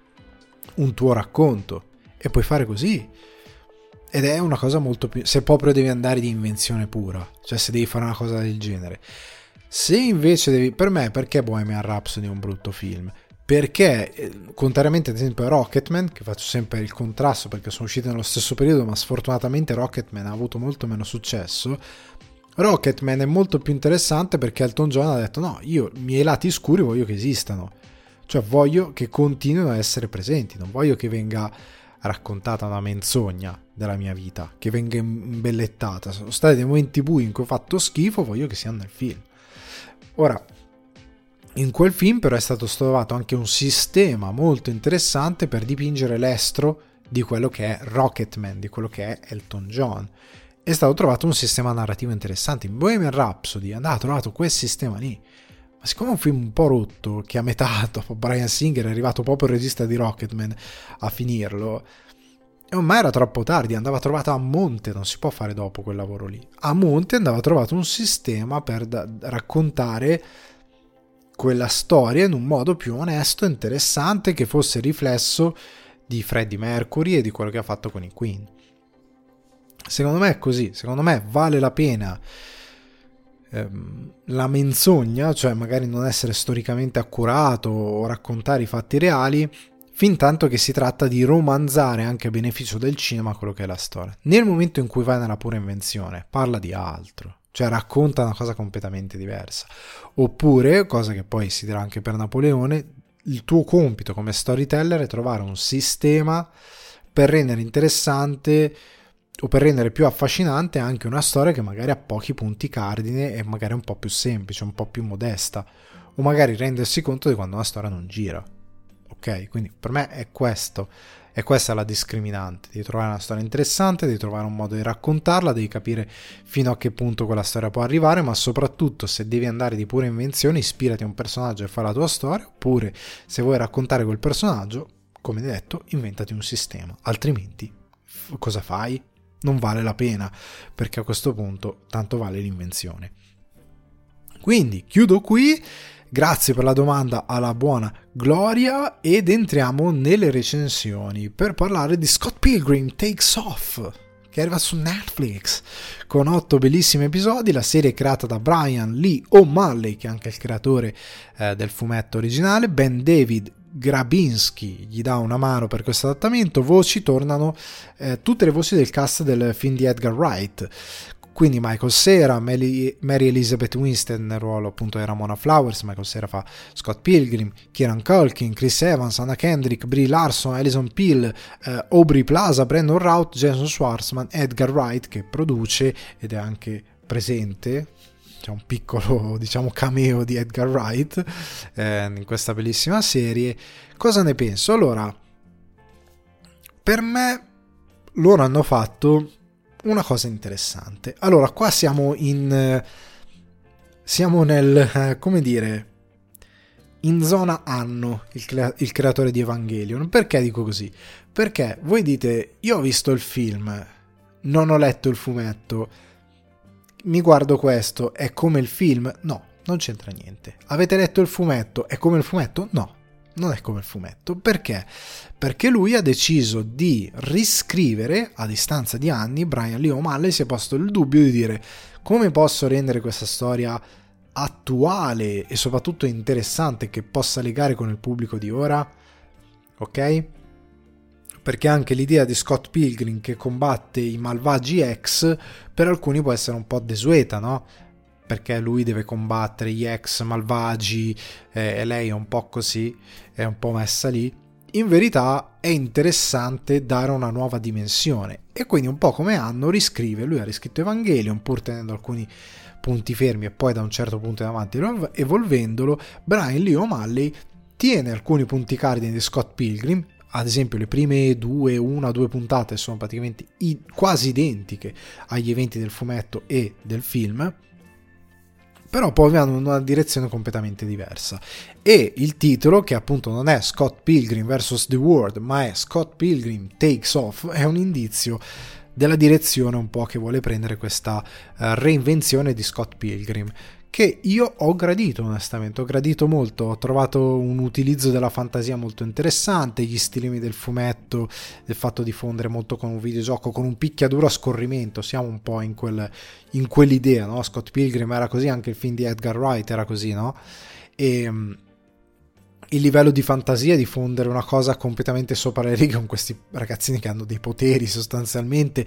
un tuo racconto, e puoi fare così. Ed è una cosa molto più, se proprio devi andare di invenzione pura, cioè se devi fare una cosa del genere. Se invece devi, per me, perché Bohemian Rhapsody è un brutto film? Perché contrariamente ad esempio a Rocketman, che faccio sempre il contrasto perché sono usciti nello stesso periodo, ma sfortunatamente Rocketman ha avuto molto meno successo. Rocketman è molto più interessante perché Elton John ha detto: no, io i miei lati scuri voglio che esistano, cioè voglio che continuino a essere presenti, non voglio che venga raccontata una menzogna della mia vita, che venga imbellettata. Sono stati dei momenti bui in cui ho fatto schifo, voglio che siano nel film. Ora, in quel film però è stato trovato anche un sistema molto interessante per dipingere l'estro di quello che è Rocketman, di quello che è Elton John. È stato trovato un sistema narrativo interessante. In Bohemian Rhapsody è trovato quel sistema lì, ma siccome è un film un po' rotto, che a metà dopo Bryan Singer è arrivato proprio il regista di Rocketman a finirlo, e ormai era troppo tardi, andava trovato a monte, non si può fare dopo quel lavoro lì. A monte andava trovato un sistema per raccontare quella storia in un modo più onesto e interessante, che fosse riflesso di Freddie Mercury e di quello che ha fatto con i Queen. Secondo me è così, secondo me vale la pena la menzogna, cioè magari non essere storicamente accurato o raccontare i fatti reali, fin tanto che si tratta di romanzare anche a beneficio del cinema quello che è la storia. Nel momento in cui vai nella pura invenzione, parla di altro, cioè racconta una cosa completamente diversa. Oppure, cosa che poi si dirà anche per Napoleone, il tuo compito come storyteller è trovare un sistema per rendere interessante o per rendere più affascinante anche una storia che magari ha pochi punti cardine e magari è un po' più semplice, un po' più modesta, o magari rendersi conto di quando una storia non gira. Ok? Quindi per me è questo, e questa è la discriminante: devi trovare una storia interessante, devi trovare un modo di raccontarla, devi capire fino a che punto quella storia può arrivare, ma soprattutto, se devi andare di pura invenzione, ispirati a un personaggio e fai la tua storia, oppure se vuoi raccontare quel personaggio, come detto, inventati un sistema, altrimenti cosa fai? Non vale la pena, perché a questo punto tanto vale l'invenzione. Quindi chiudo qui, grazie per la domanda alla buona Gloria, ed entriamo nelle recensioni per parlare di Scott Pilgrim Takes Off, che arriva su Netflix con 8 bellissimi episodi. La serie è creata da Brian Lee O'Malley, che è anche il creatore del fumetto originale. Ben David Grabinski gli dà una mano per questo adattamento. Voci tornano tutte le voci del cast del film di Edgar Wright, quindi Michael Cera, Mary Elizabeth Winstead nel ruolo appunto di Ramona Flowers. Michael Cera fa Scott Pilgrim, Kieran Culkin, Chris Evans, Anna Kendrick, Brie Larson, Alison Pill, Aubrey Plaza, Brandon Routh, Jason Schwartzman, Edgar Wright che produce ed è anche presente, c'è un piccolo, diciamo, cameo di Edgar Wright in questa bellissima serie. Cosa ne penso? Allora, per me loro hanno fatto una cosa interessante. Allora, qua siamo nel, come dire, in zona Anno, il creatore di Evangelion. Perché dico così? Perché voi dite, io ho visto il film, non ho letto il fumetto, mi guardo questo, è come il film? No, non c'entra niente. Avete letto il fumetto, è come il fumetto? No, non è come il fumetto. Perché? Perché lui ha deciso di riscrivere, a distanza di anni, Brian Lee O'Malley si è posto il dubbio di dire come posso rendere questa storia attuale e soprattutto interessante, che possa legare con il pubblico di ora, ok? Perché anche l'idea di Scott Pilgrim che combatte i malvagi ex per alcuni può essere un po' desueta, no? Perché lui deve combattere gli ex malvagi e lei è un po' così, è un po' messa lì. In verità è interessante dare una nuova dimensione, e quindi un po' come Anno riscrive, lui ha riscritto Evangelion pur tenendo alcuni punti fermi e poi da un certo punto in avanti evolvendolo. Brian Lee O'Malley tiene alcuni punti cardine di Scott Pilgrim. Ad esempio le prime una o due puntate sono praticamente quasi identiche agli eventi del fumetto e del film, però poi vanno in una direzione completamente diversa, e il titolo, che appunto non è Scott Pilgrim vs. The World ma è Scott Pilgrim Takes Off, è un indizio della direzione un po' che vuole prendere questa reinvenzione di Scott Pilgrim, che io ho gradito, onestamente, ho gradito molto, ho trovato un utilizzo della fantasia molto interessante, gli stilemi del fumetto, il fatto di fondere molto con un videogioco, con un picchiaduro a scorrimento, siamo un po' in quell'idea, no? Scott Pilgrim era così, anche il film di Edgar Wright era così, no? E il livello di fantasia di fondere una cosa completamente sopra le righe con questi ragazzini che hanno dei poteri sostanzialmente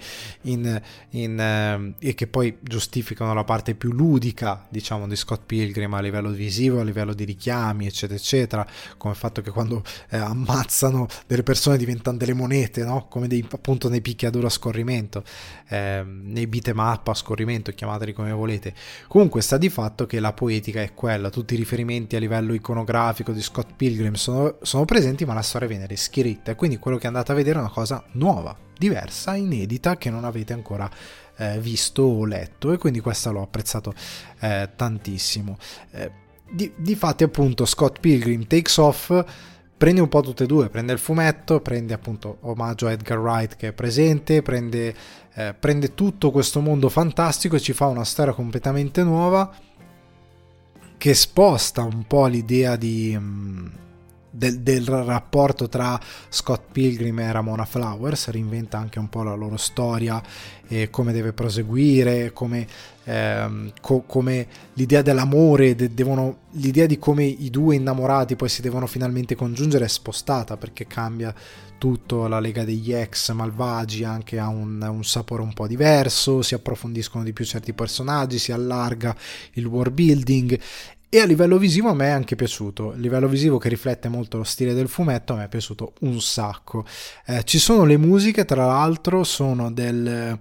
e che poi giustificano la parte più ludica, diciamo, di Scott Pilgrim a livello visivo, a livello di richiami eccetera eccetera, come il fatto che quando ammazzano delle persone diventano delle monete, no? Come appunto nei picchiaduro a scorrimento, nei beat 'em up a scorrimento, chiamateli come volete. Comunque sta di fatto che la poetica è quella, tutti i riferimenti a livello iconografico di Scott Pilgrim sono presenti, ma la storia viene riscritta, e quindi quello che andate a vedere è una cosa nuova, diversa, inedita, che non avete ancora visto o letto, e quindi questa l'ho apprezzato tantissimo. Difatti appunto Scott Pilgrim Takes Off prende un po' tutte e due, prende il fumetto, prende appunto omaggio a Edgar Wright che è presente, prende tutto questo mondo fantastico e ci fa una storia completamente nuova, che sposta un po' l'idea del rapporto tra Scott Pilgrim e Ramona Flowers, reinventa anche un po' la loro storia e come deve proseguire, come l'idea dell'amore, l'idea di come i due innamorati poi si devono finalmente congiungere è spostata, perché cambia tutto, la lega degli ex malvagi anche ha un sapore un po' diverso, si approfondiscono di più certi personaggi, si allarga il world building, e a livello visivo a me è anche piaciuto, a livello visivo che riflette molto lo stile del fumetto, a me è piaciuto un sacco. Ci sono le musiche, tra l'altro sono del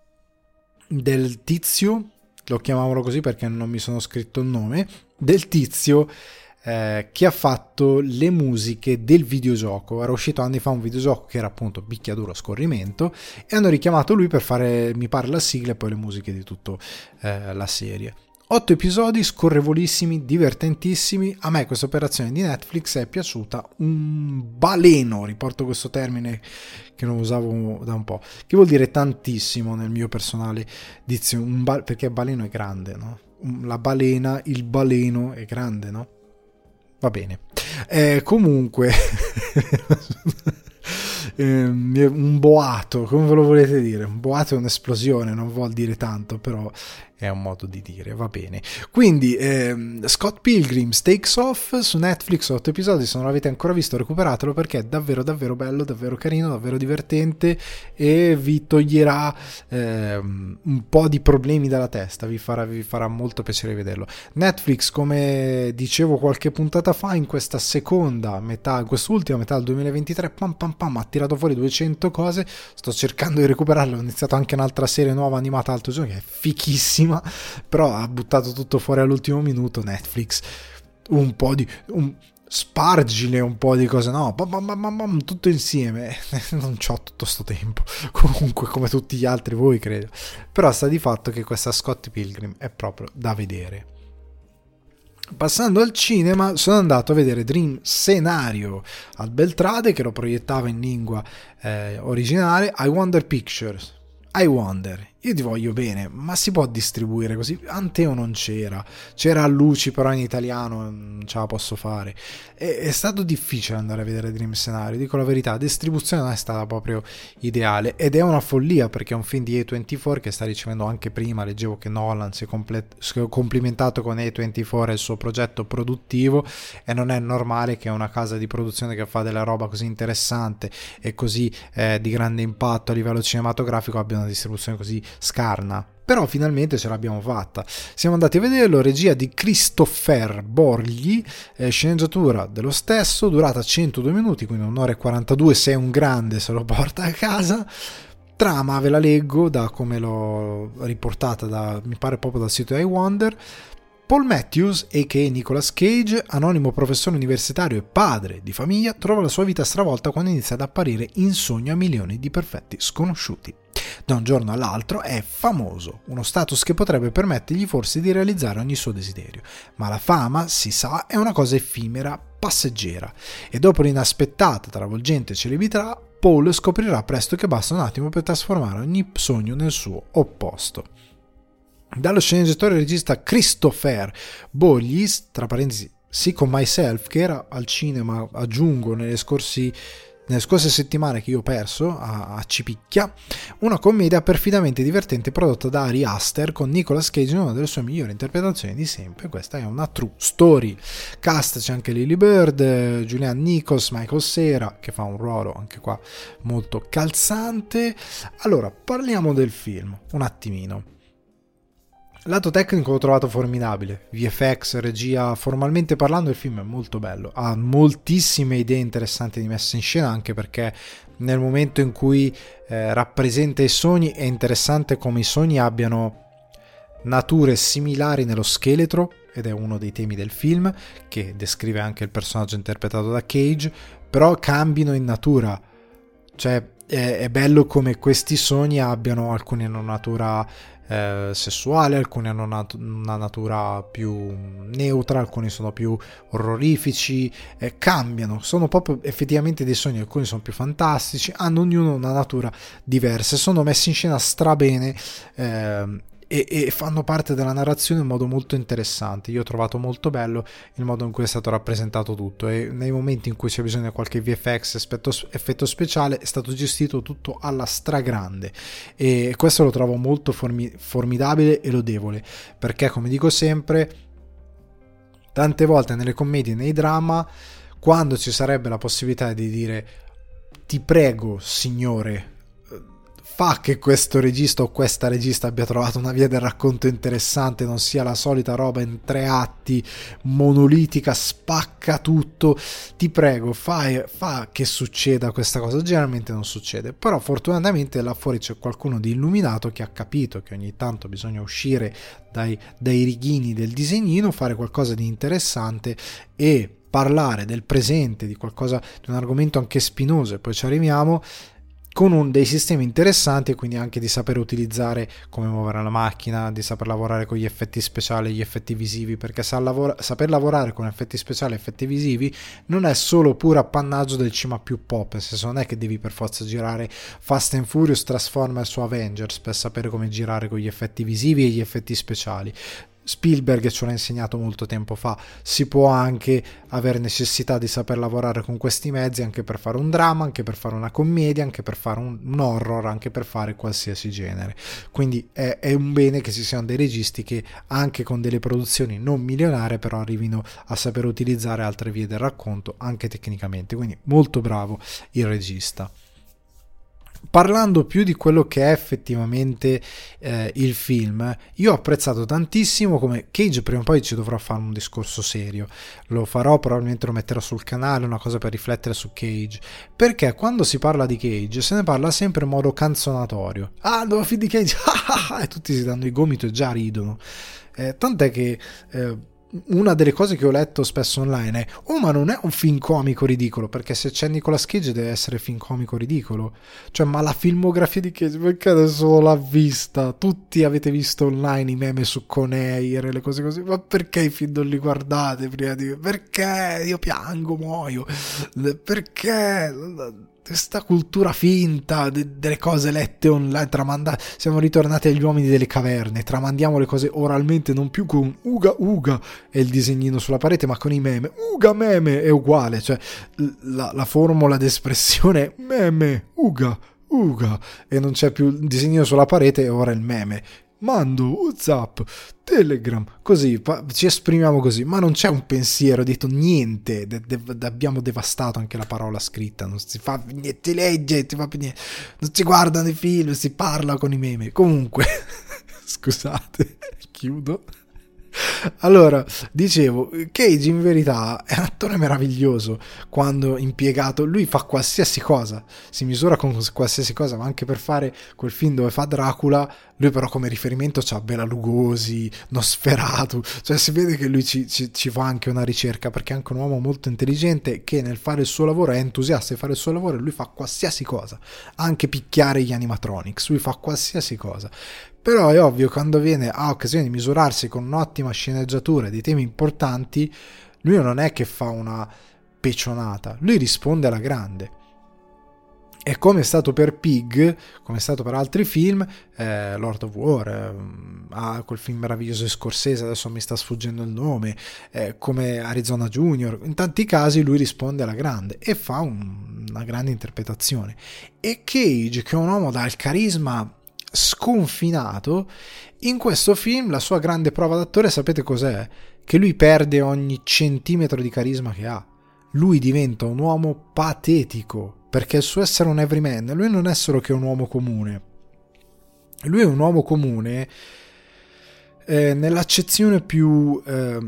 tizio, lo chiamavano così perché non mi sono scritto il nome, del tizio che ha fatto le musiche del videogioco. Era uscito anni fa un videogioco che era appunto picchiaduro a scorrimento, e hanno richiamato lui per fare, mi pare, la sigla e poi le musiche di tutta la serie. 8 episodi scorrevolissimi, divertentissimi. A me questa operazione di Netflix è piaciuta un baleno, riporto questo termine che non usavo da un po', che vuol dire tantissimo nel mio personale dizio, perché baleno è grande, no? La balena, il baleno è grande, no? Va bene. Comunque un boato, come ve lo volete dire? Un boato è un'esplosione, non vuol dire tanto, però è un modo di dire, va bene. Quindi Scott Pilgrim Takes Off su Netflix, 8 episodi, se non l'avete ancora visto recuperatelo, perché è davvero davvero bello, davvero carino, davvero divertente, e vi toglierà un po' di problemi dalla testa, vi farà molto piacere vederlo. Netflix, come dicevo qualche puntata fa, in questa seconda metà, in quest'ultima metà del 2023, ha tirato fuori 200 cose. Sto cercando di recuperarle, ho iniziato anche un'altra serie nuova animata l'altro giorno che è fichissima, bellissima, però ha buttato tutto fuori all'ultimo minuto Netflix, spargile un po' di cose, no, tutto insieme. Non c'ho tutto sto tempo, comunque, come tutti gli altri voi credo, però sta di fatto che questa Scott Pilgrim è proprio da vedere. Passando al cinema, sono andato a vedere Dream Scenario al Beltrade, che lo proiettava in lingua originale. I Wonder Pictures. I Wonder, io ti voglio bene, ma si può distribuire così? Anteo non c'era a Luci, però in italiano non ce la posso fare. È stato difficile andare a vedere Dream Scenario, dico la verità, la distribuzione non è stata proprio ideale, ed è una follia perché è un film di A24 che sta ricevendo, anche prima leggevo che Nolan si è complimentato con A24 e il suo progetto produttivo, e non è normale che una casa di produzione che fa della roba così interessante e così di grande impatto a livello cinematografico abbia una distribuzione così scarna. Però finalmente ce l'abbiamo fatta, siamo andati a vederlo, regia di Christopher Borgli, sceneggiatura dello stesso, durata 102 minuti, quindi 1 ora e 42, se è un grande se lo porta a casa. Trama ve la leggo da come l'ho riportata mi pare proprio dal sito I Wonder. Paul Matthews, a.k.a. Nicolas Cage, anonimo professore universitario e padre di famiglia, trova la sua vita stravolta quando inizia ad apparire in sogno a milioni di perfetti sconosciuti. Da un giorno all'altro è famoso, uno status che potrebbe permettergli forse di realizzare ogni suo desiderio, ma la fama, si sa, è una cosa effimera, passeggera, e dopo l'inaspettata, travolgente celebrità, Paul scoprirà presto che basta un attimo per trasformare ogni sogno nel suo opposto. Dallo sceneggiatore e regista Christopher Borgli, tra parentesi Psycho Myself, che era al cinema, aggiungo, nelle scorse settimane che io ho perso a Cipicchia, una commedia perfidamente divertente prodotta da Ari Aster con Nicolas Cage in una delle sue migliori interpretazioni di sempre. Questa è una true story. Cast c'è anche Lily Bird, Julianne Nichols, Michael Cera, che fa un ruolo anche qua molto calzante. Allora, parliamo del film un attimino. Lato tecnico l'ho trovato formidabile, VFX, regia, formalmente parlando il film è molto bello, ha moltissime idee interessanti di messa in scena, anche perché nel momento in cui rappresenta i sogni è interessante come i sogni abbiano nature similari nello scheletro, ed è uno dei temi del film che descrive anche il personaggio interpretato da Cage, però cambino in natura, cioè è bello come questi sogni abbiano, alcuni hanno natura sessuale, alcuni hanno una natura più neutra, alcuni sono più orrorifici, cambiano, sono proprio effettivamente dei sogni, alcuni sono più fantastici, hanno ognuno una natura diversa, sono messi in scena strabene e fanno parte della narrazione in modo molto interessante. Io ho trovato molto bello il modo in cui è stato rappresentato tutto, e nei momenti in cui c'è bisogno di qualche VFX, effetto speciale, è stato gestito tutto alla stragrande, e questo lo trovo molto formidabile e lodevole, perché come dico sempre, tante volte nelle commedie e nei drama, quando ci sarebbe la possibilità di dire ti prego signore, fa che questo regista o questa regista abbia trovato una via del racconto interessante, non sia la solita roba in 3 atti monolitica, spacca tutto, ti prego fa che succeda questa cosa. Generalmente non succede, però fortunatamente là fuori c'è qualcuno di illuminato che ha capito che ogni tanto bisogna uscire dai righini del disegnino, fare qualcosa di interessante e parlare del presente, di qualcosa, di un argomento anche spinoso, e poi ci arriviamo, con dei sistemi interessanti, e quindi anche di saper utilizzare come muovere la macchina, di saper lavorare con gli effetti speciali e gli effetti visivi, perché saper lavorare con effetti speciali e effetti visivi non è solo puro appannaggio del cinema più pop, nel senso non è che devi per forza girare Fast and Furious, Transformers o Avengers per sapere come girare con gli effetti visivi e gli effetti speciali. Spielberg ce l'ha insegnato molto tempo fa, si può anche avere necessità di saper lavorare con questi mezzi anche per fare un dramma, anche per fare una commedia, anche per fare un horror, anche per fare qualsiasi genere. Quindi è un bene che ci siano dei registi che anche con delle produzioni non milionarie però arrivino a saper utilizzare altre vie del racconto anche tecnicamente, quindi molto bravo il regista. parlando più di quello che è effettivamente il film, io ho apprezzato tantissimo come Cage. Prima o poi ci dovrò fare un discorso serio, lo farò, probabilmente lo metterò sul canale, una cosa per riflettere su Cage, perché quando si parla di Cage se ne parla sempre in modo canzonatorio. Ah, il nuovo film di Cage, e tutti si danno i gomito e già ridono, tant'è che una delle cose che ho letto spesso online è: oh, ma non è un film comico ridicolo, perché se c'è Nicolas Cage deve essere film comico ridicolo. Cioè, ma la filmografia di Cage, perché adesso l'ha vista, tutti avete visto online i meme su Conair e le cose così, ma perché i film non li guardate prima di... Perché io piango, muoio, perché questa cultura finta delle cose lette online, siamo ritornati agli uomini delle caverne, tramandiamo le cose oralmente, non più con uga uga e il disegnino sulla parete, ma con i meme. Uga meme è uguale, cioè la formula d'espressione meme, uga uga, e non c'è più il disegnino sulla parete e ora il meme. Mando, WhatsApp, Telegram, così ci esprimiamo così, ma non c'è un pensiero dietro, niente. Abbiamo devastato anche la parola scritta, non si fa niente, legge, non si guardano i film, si parla con i meme. Comunque, scusate, chiudo. Allora, dicevo, Cage in verità è un attore meraviglioso quando impiegato. Lui fa qualsiasi cosa, si misura con qualsiasi cosa, ma anche per fare quel film dove fa Dracula, lui però come riferimento c'ha Bela Lugosi, Nosferatu, cioè si vede che lui ci fa anche una ricerca, perché è anche un uomo molto intelligente che nel fare il suo lavoro è entusiasta di fare il suo lavoro, e lui fa qualsiasi cosa, anche picchiare gli animatronics, lui fa qualsiasi cosa. Però è ovvio, quando viene a occasione di misurarsi con un'ottima sceneggiatura di temi importanti, lui non è che fa una pecionata, lui risponde alla grande. E come è stato per Pig, come è stato per altri film, Lord of War, quel film meraviglioso di Scorsese, adesso mi sta sfuggendo il nome, come Arizona Junior, in tanti casi lui risponde alla grande e fa una grande interpretazione. E Cage, che è un uomo dal carisma sconfinato, in questo film la sua grande prova d'attore, sapete cos'è? Che lui perde ogni centimetro di carisma che ha. Lui diventa un uomo patetico, perché il suo essere un everyman, lui non è solo che un uomo comune, lui è un uomo comune nell'accezione più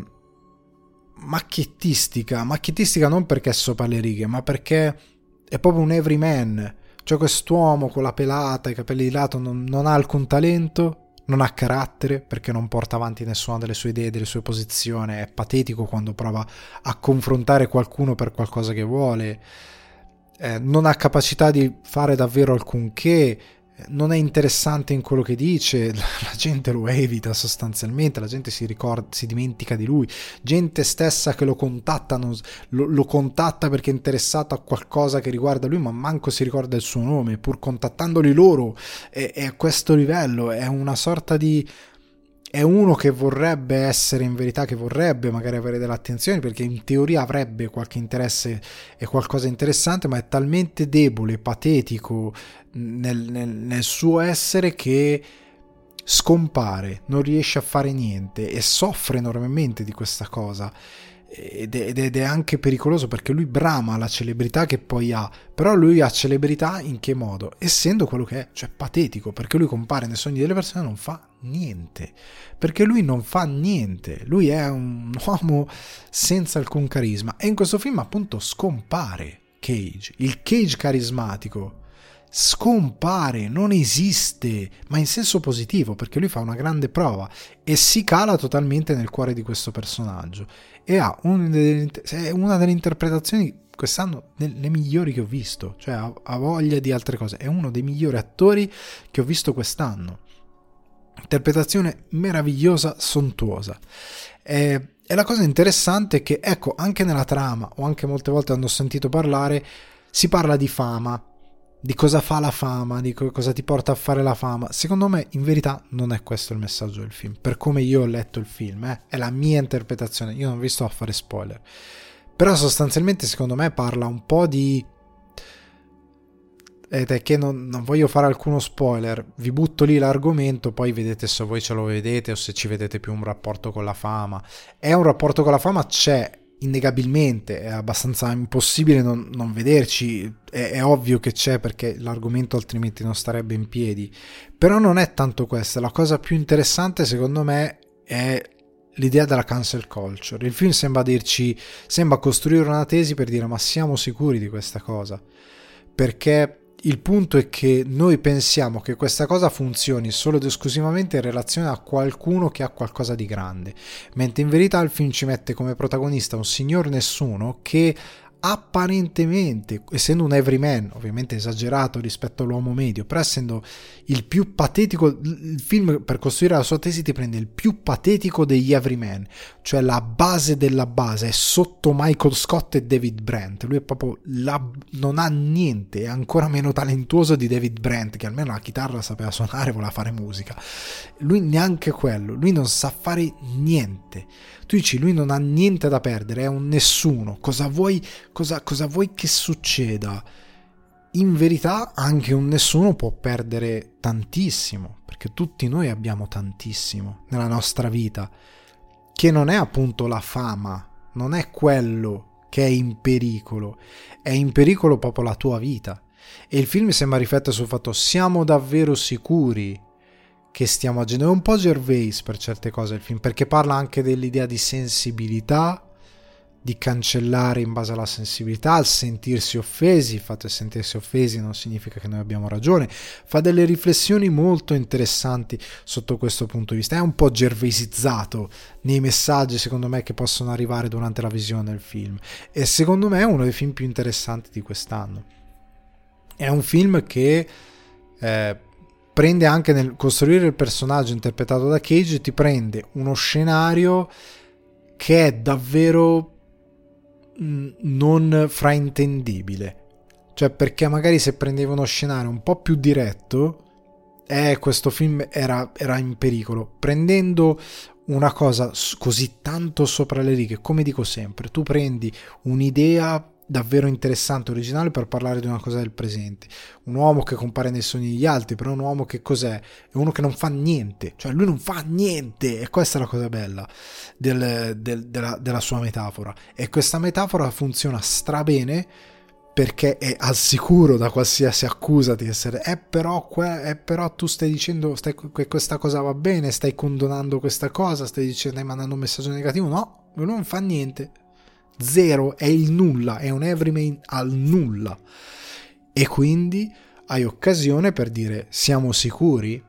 macchiettistica non perché è sopra le righe, ma perché è proprio un everyman. Cioè, quest'uomo con la pelata, i capelli di lato, non ha alcun talento, non ha carattere, perché non porta avanti nessuna delle sue idee, delle sue posizioni, è patetico quando prova a confrontare qualcuno per qualcosa che vuole, non ha capacità di fare davvero alcunché, non è interessante in quello che dice, la gente lo evita sostanzialmente, la gente si dimentica di lui, gente stessa che lo contatta, lo contatta perché è interessato a qualcosa che riguarda lui, ma manco si ricorda il suo nome, pur contattandoli loro. È a questo livello, è una sorta di... è uno che vorrebbe essere, in verità, che vorrebbe magari avere delle attenzioni, perché in teoria avrebbe qualche interesse e qualcosa interessante, ma è talmente debole, patetico nel suo essere che scompare, non riesce a fare niente e soffre enormemente di questa cosa. Ed è anche pericoloso, perché lui brama la celebrità che poi ha, però lui ha celebrità in che modo? Essendo quello che è, cioè patetico, perché lui compare nei sogni delle persone e non fa niente, perché lui non fa niente, lui è un uomo senza alcun carisma, e in questo film appunto scompare Cage, il Cage carismatico scompare, non esiste, ma in senso positivo, perché lui fa una grande prova e si cala totalmente nel cuore di questo personaggio, e ha una delle interpretazioni quest'anno le migliori che ho visto, cioè ha voglia di altre cose, è uno dei migliori attori che ho visto quest'anno, interpretazione meravigliosa, sontuosa. E la cosa interessante è che, ecco, anche nella trama, o anche molte volte quando ho sentito parlare, si parla di fama, di cosa fa la fama, di cosa ti porta a fare la fama. Secondo me, in verità, non è questo il messaggio del film, per come io ho letto il film, è la mia interpretazione, io non vi sto a fare spoiler, però sostanzialmente secondo me parla un po' di... ed è che non voglio fare alcuno spoiler, vi butto lì l'argomento, poi vedete se voi ce lo vedete o se ci vedete più un rapporto con la fama. È un rapporto con la fama, c'è, innegabilmente è abbastanza impossibile non vederci, è ovvio che c'è perché l'argomento altrimenti non starebbe in piedi, però non è tanto questa. La cosa più interessante secondo me è l'idea della cancel culture. Il film sembra costruire una tesi per dire: ma siamo sicuri di questa cosa? Perché il punto è che noi pensiamo che questa cosa funzioni solo ed esclusivamente in relazione a qualcuno che ha qualcosa di grande, mentre in verità il film ci mette come protagonista un signor nessuno che apparentemente, essendo un everyman, ovviamente esagerato rispetto all'uomo medio, però essendo il più patetico, il film per costruire la sua tesi ti prende il più patetico degli everyman, cioè la base della base, è sotto Michael Scott e David Brent. Lui è proprio non ha niente, è ancora meno talentuoso di David Brent, che almeno la chitarra sapeva suonare, voleva fare musica. Lui neanche quello, lui non sa fare niente. Tu dici, lui non ha niente da perdere, è un nessuno, cosa vuoi che succeda? In verità anche un nessuno può perdere tantissimo, perché tutti noi abbiamo tantissimo nella nostra vita, che non è appunto la fama, non è quello che è in pericolo proprio la tua vita. E il film sembra riflettere sul fatto: siamo davvero sicuri che stiamo agendo? È un po' Gervais per certe cose il film, perché parla anche dell'idea di sensibilità, di cancellare in base alla sensibilità, al sentirsi offesi. Il fatto di sentirsi offesi non significa che noi abbiamo ragione. Fa delle riflessioni molto interessanti sotto questo punto di vista. È un po' gervaisizzato nei messaggi, secondo me, che possono arrivare durante la visione del film, e secondo me è uno dei film più interessanti di quest'anno. È un film che prende anche nel costruire il personaggio interpretato da Cage, ti prende uno scenario che è davvero non fraintendibile, cioè, perché magari se prendeva uno scenario un po' più diretto, questo film era in pericolo. Prendendo una cosa così tanto sopra le righe, come dico sempre, tu prendi un'idea davvero interessante, originale, per parlare di una cosa del presente. Un uomo che compare nei sogni degli altri, però un uomo che cos'è? È uno che non fa niente, cioè lui non fa niente, e questa è la cosa bella della sua metafora. E questa metafora funziona strabene perché è al sicuro da qualsiasi accusa di essere però tu stai dicendo che questa cosa va bene, stai condonando questa cosa, stai mandando un messaggio negativo. No, lui non fa niente. Zero, è il nulla, è un everyman al nulla, e quindi hai occasione per dire: siamo sicuri?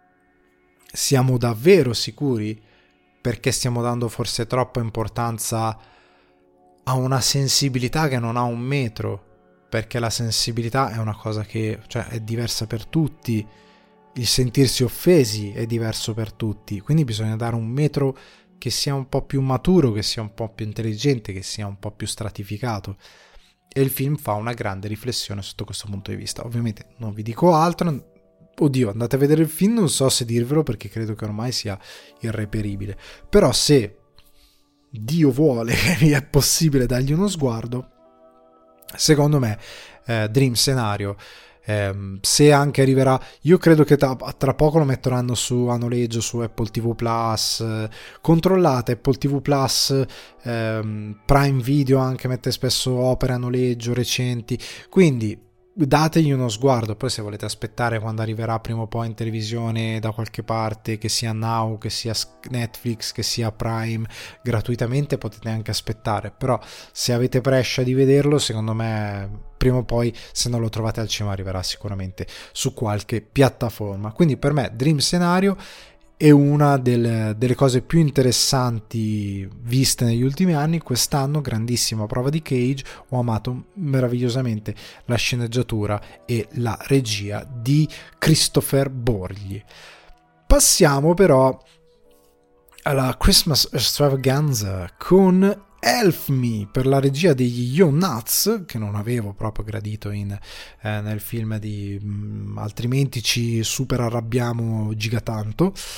Siamo davvero sicuri? Perché stiamo dando forse troppa importanza a una sensibilità che non ha un metro, perché la sensibilità è una cosa che, cioè, è diversa per tutti, il sentirsi offesi è diverso per tutti, quindi bisogna dare un metro che sia un po' più maturo, che sia un po' più intelligente, che sia un po' più stratificato. E il film fa una grande riflessione sotto questo punto di vista. Ovviamente non vi dico altro, oddio, andate a vedere il film, non so se dirvelo perché credo che ormai sia irreperibile, però se Dio vuole che vi è possibile dargli uno sguardo, secondo me Dream Scenario, se anche arriverà, io credo che tra poco lo metteranno a noleggio su Apple TV Plus. Controllate Apple TV Plus, Prime Video anche mette spesso opere a noleggio recenti, quindi dategli uno sguardo. Poi se volete aspettare quando arriverà prima o poi in televisione da qualche parte, che sia Now, che sia Netflix, che sia Prime, gratuitamente, potete anche aspettare, però se avete prescia di vederlo, secondo me prima o poi, se non lo trovate al cinema, arriverà sicuramente su qualche piattaforma. Quindi per me Dream Scenario è una delle cose più interessanti viste negli ultimi anni. Quest'anno, grandissima prova di Cage. Ho amato meravigliosamente la sceneggiatura e la regia di Christopher Borgli. Passiamo però alla Christmas Extravaganza con Help Me, per la regia degli Yo Nuts, che non avevo proprio gradito nel film di Altrimenti ci super arrabbiamo gigatanto.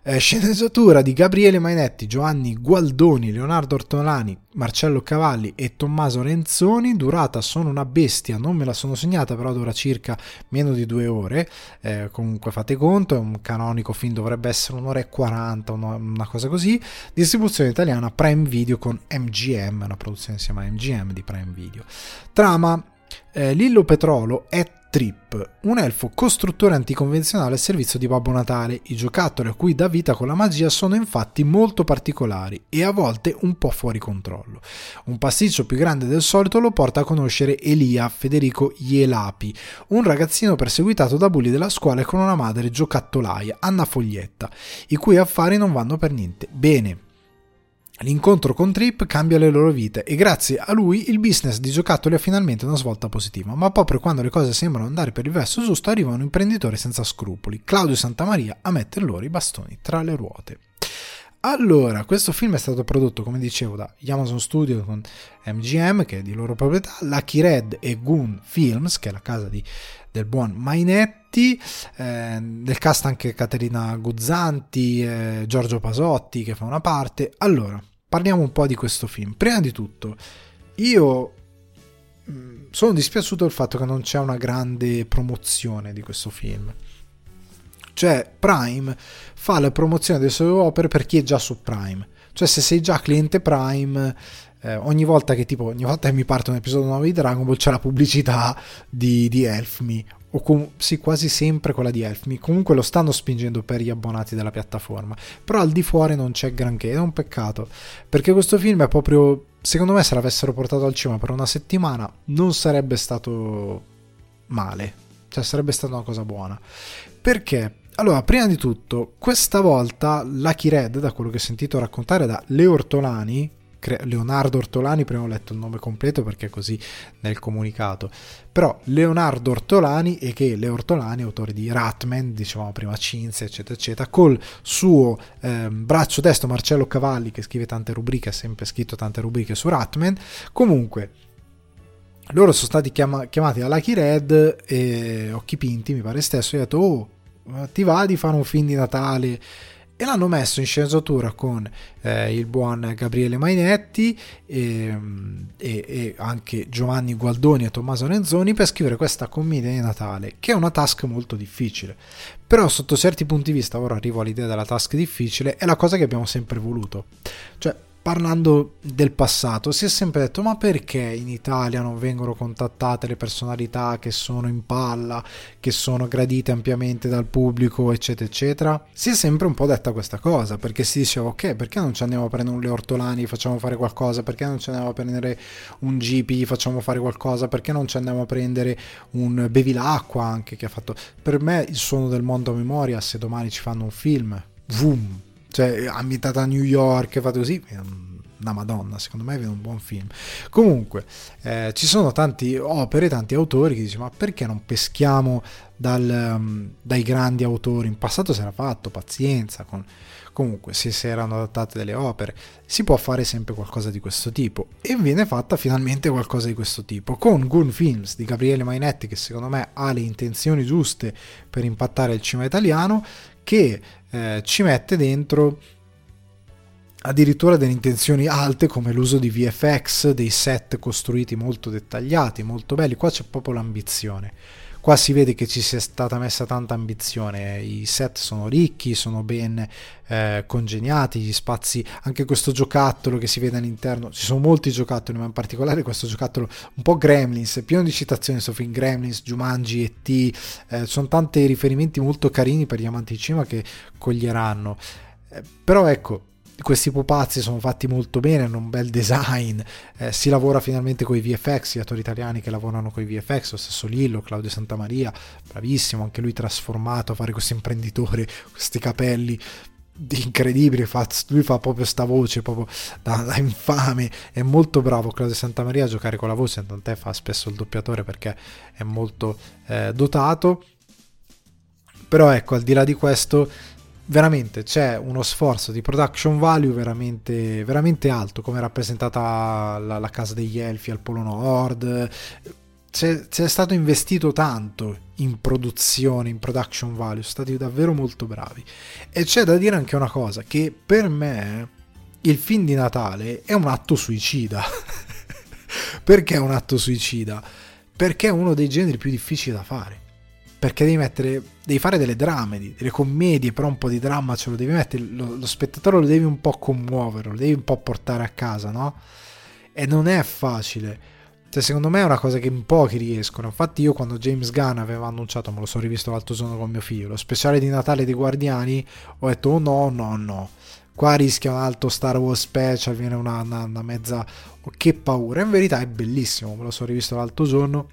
Sceneggiatura di Gabriele Mainetti, Giovanni Gualdoni, Leonardo Ortolani, Marcello Cavalli e Tommaso Renzoni. Durata sono una bestia, non me la sono segnata, però dura circa meno di 2 ore. Comunque fate conto, è un canonico film, dovrebbe essere 1 ora e 40, una cosa così. Distribuzione italiana Prime Video con MGM, una produzione insieme a MGM di Prime Video. Trama: Lillo Petrolo è Trip, un elfo costruttore anticonvenzionale al servizio di Babbo Natale. I giocattoli a cui dà vita con la magia sono infatti molto particolari e a volte un po' fuori controllo. Un pasticcio più grande del solito lo porta a conoscere Elia Federico Ielapi, un ragazzino perseguitato da bulli della scuola e con una madre giocattolaia, Anna Foglietta, i cui affari non vanno per niente bene. L'incontro con Trip cambia le loro vite e grazie a lui il business di giocattoli ha finalmente una svolta positiva, ma proprio quando le cose sembrano andare per il verso giusto arriva un imprenditore senza scrupoli, Claudio Santamaria, a mettere loro i bastoni tra le ruote. Allora, questo film è stato prodotto, come dicevo, da Amazon Studio con MGM, che è di loro proprietà, Lucky Red e Goon Films, che è la casa del buon Mainetti, del cast anche Caterina Guzzanti, Giorgio Pasotti che fa una parte. Allora, parliamo un po' di questo film. Prima di tutto, io sono dispiaciuto del fatto che non c'è una grande promozione di questo film. Cioè, Prime fa la promozione delle sue opere per chi è già su Prime. Cioè, se sei già cliente Prime, ogni volta che mi parte un episodio nuovo di Dragon Ball c'è la pubblicità di Help.me, o sì, quasi sempre quella di Help.me. Comunque lo stanno spingendo per gli abbonati della piattaforma, però al di fuori non c'è granché, è un peccato, perché questo film è proprio, secondo me, se l'avessero portato al cinema per una settimana non sarebbe stato male, cioè sarebbe stata una cosa buona. Perché? Allora, prima di tutto, questa volta Lucky Red, da quello che ho sentito raccontare da Leonardo Ortolani, prima ho letto il nome completo perché è così nel comunicato, però Leonardo Ortolani, e che Leo Ortolani, autore di Ratman, dicevamo prima Cinzia, eccetera eccetera, col suo braccio destro Marcello Cavalli, che scrive tante rubriche, ha sempre scritto tante rubriche su Ratman. Comunque loro sono stati chiamati da Lucky Red e Occhi Pinti, mi pare stesso, e ha detto: oh, ti va di fare un film di Natale? E l'hanno messo in sceneggiatura con il buon Gabriele Mainetti e anche Giovanni Gualdoni e Tommaso Renzoni per scrivere questa commedia di Natale, che è una task molto difficile. Però sotto certi punti di vista, ora arrivo all'idea della task difficile, è la cosa che abbiamo sempre voluto. Cioè, parlando del passato, si è sempre detto: ma perché in Italia non vengono contattate le personalità che sono in palla, che sono gradite ampiamente dal pubblico, eccetera eccetera? Si è sempre un po' detta questa cosa, perché si diceva: ok, perché non ci andiamo a prendere un Leo Ortolani, facciamo fare qualcosa? Perché non ci andiamo a prendere un GP, facciamo fare qualcosa? Perché non ci andiamo a prendere un Bevilacqua anche, che ha fatto, per me, Il suono del mondo a memoria? Se domani ci fanno un film, boom, cioè ambientata a New York, fatto così, una madonna, secondo me viene un buon film. Comunque ci sono tante opere, tanti autori che dicono: ma perché non peschiamo dai grandi autori? In passato si era fatto, pazienza, comunque si erano adattate delle opere, si può fare sempre qualcosa di questo tipo, e viene fatta finalmente qualcosa di questo tipo con Goon Films di Gabriele Mainetti, che secondo me ha le intenzioni giuste per impattare il cinema italiano, che ci mette dentro addirittura delle intenzioni alte, come l'uso di VFX, dei set costruiti molto dettagliati, molto belli. Qua c'è proprio l'ambizione, qua si vede che ci sia stata messa tanta ambizione, i set sono ricchi, sono ben congegnati, gli spazi, anche questo giocattolo che si vede all'interno, ci sono molti giocattoli, ma in particolare questo giocattolo un po' Gremlins, è pieno di citazioni su film, Gremlins, Jumanji, E.T., sono tanti riferimenti molto carini per gli amanti di cinema che coglieranno, però ecco, questi pupazzi sono fatti molto bene, hanno un bel design, si lavora finalmente con i VFX, gli attori italiani che lavorano con i VFX, lo stesso Lillo, Claudio Santamaria, bravissimo, anche lui trasformato a fare questo imprenditore, questi capelli incredibili, lui fa proprio sta voce proprio da infame, è molto bravo Claudio Santamaria a giocare con la voce, tant'è fa spesso il doppiatore perché è molto dotato. Però ecco, al di là di questo, veramente c'è uno sforzo di production value veramente, veramente alto, come è rappresentata la casa degli elfi al Polo Nord, c'è stato investito tanto in produzione, in production value, sono stati davvero molto bravi. E c'è da dire anche una cosa, che per me il film di Natale è un atto suicida. Perché è un atto suicida? Perché è uno dei generi più difficili da fare. Perché devi fare delle dramedy, delle commedie, però un po' di dramma ce lo devi mettere, lo spettatore lo devi un po' commuovere, lo devi un po' portare a casa, no? E non è facile. Cioè, secondo me è una cosa che in pochi riescono. Infatti io quando James Gunn aveva annunciato, me lo sono rivisto l'altro giorno con mio figlio, lo speciale di Natale dei Guardiani, ho detto oh no, qua rischia un altro Star Wars special, viene una mezza... Oh, che paura. In verità è bellissimo, me lo sono rivisto l'altro giorno.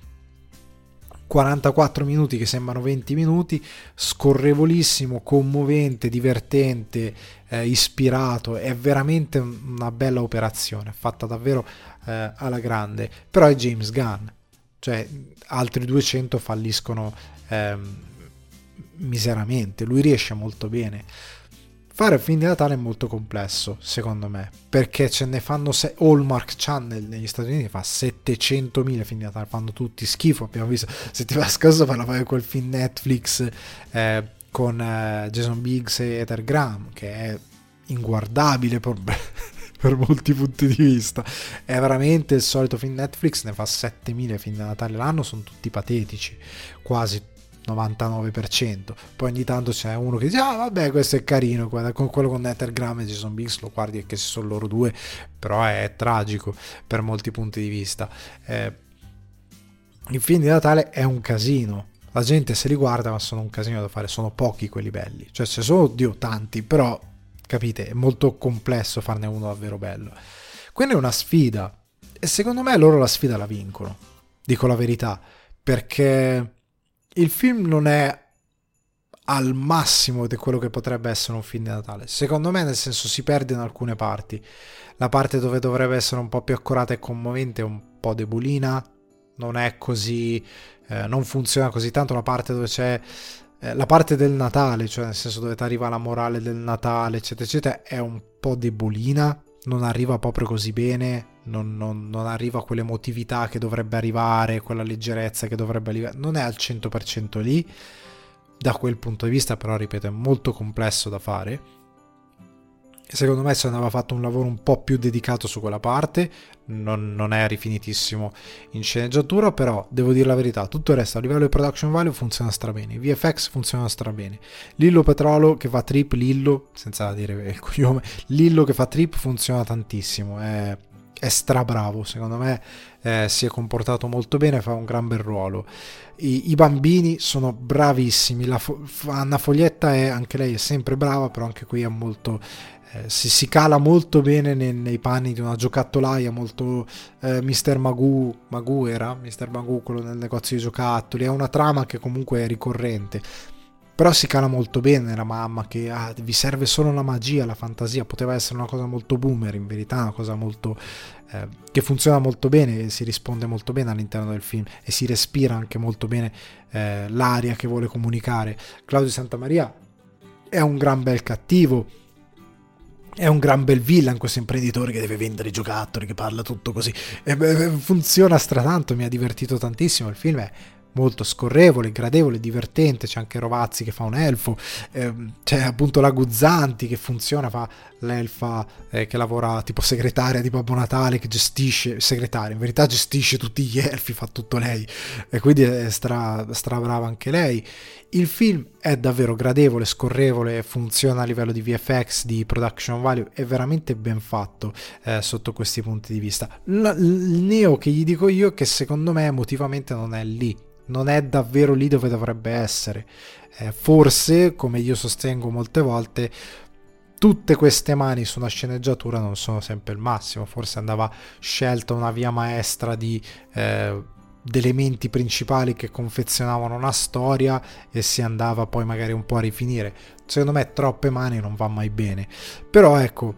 44 minuti che sembrano 20 minuti, scorrevolissimo, commovente, divertente, ispirato, è veramente una bella operazione, fatta davvero alla grande, però è James Gunn, cioè altri 200 falliscono miseramente, lui riesce molto bene. Fare il film di Natale è molto complesso, secondo me, perché ce ne fanno Hallmark Channel negli Stati Uniti fa 700.000 film di Natale, fanno tutti schifo. Abbiamo visto settimana scorsa parlava di quel film Netflix con Jason Biggs e Heather Graham, che è inguardabile per molti punti di vista. È veramente il solito film Netflix, ne fa 7.000 film di Natale l'anno, sono tutti patetici, quasi 99%. Poi ogni tanto c'è uno che dice ah vabbè questo è carino, guarda, con quello con Heather Graham e Jason Biggs lo guardi e che ci sono loro due, però è tragico per molti punti di vista. Il film di Natale è un casino, la gente se li guarda ma sono un casino da fare, sono pochi quelli belli, cioè ce sono oddio tanti, però capite è molto complesso farne uno davvero bello, quindi è una sfida e secondo me loro la sfida la vincono, dico la verità, perché il film non è al massimo di quello che potrebbe essere un film di Natale, secondo me, nel senso si perde in alcune parti. La parte dove dovrebbe essere un po' più accurata e commovente è un po' debolina, non è così, non funziona così tanto. La parte dove c'è la parte del Natale, cioè nel senso dove ti arriva la morale del Natale eccetera eccetera, è un po' debolina, non arriva proprio così bene, non arriva a quell'emotività che dovrebbe arrivare, quella leggerezza che dovrebbe arrivare, non è al 100% lì. Da quel punto di vista però, ripeto, è molto complesso da fare. Secondo me se andava fatto un lavoro un po' più dedicato su quella parte, non è rifinitissimo in sceneggiatura, però devo dire la verità, tutto il resto a livello di production value funziona strabene, i VFX funzionano strabene, Lillo Petrolo che fa Trip, Lillo, senza dire il cognome, Lillo che fa Trip funziona tantissimo, è strabravo, secondo me si è comportato molto bene, fa un gran bel ruolo. I bambini sono bravissimi, Anna Foglietta anche lei è sempre brava, però anche qui è molto si cala molto bene nei panni di una giocattolaia molto Mr. Magoo era Mr. Magoo, quello nel negozio di giocattoli, è una trama che comunque è ricorrente, però si cala molto bene la mamma che vi serve solo la magia, la fantasia, poteva essere una cosa molto boomer, in verità una cosa molto che funziona molto bene e si risponde molto bene all'interno del film e si respira anche molto bene l'aria che vuole comunicare. Claudio Santamaria è un gran bel cattivo, è un gran bel villain, questo imprenditore che deve vendere i giocattoli, che parla tutto così e funziona stratanto, mi ha divertito tantissimo, il film è molto scorrevole, gradevole, divertente, c'è anche Rovazzi che fa un elfo, c'è appunto la Guzzanti che funziona, fa l'elfa che lavora tipo segretaria di Babbo Natale, che gestisce, segretaria, in verità gestisce tutti gli elfi, fa tutto lei e quindi è stra brava anche lei. Il film è davvero gradevole, scorrevole, funziona a livello di VFX, di production value, è veramente ben fatto sotto questi punti di vista. Il neo che gli dico io è che secondo me emotivamente non è lì, non è davvero lì dove dovrebbe essere. Forse, come io sostengo molte volte, tutte queste mani su una sceneggiatura non sono sempre il massimo, forse andava scelta una via maestra di elementi principali che confezionavano una storia e si andava poi magari un po' a rifinire. Secondo me troppe mani non va mai bene, però ecco,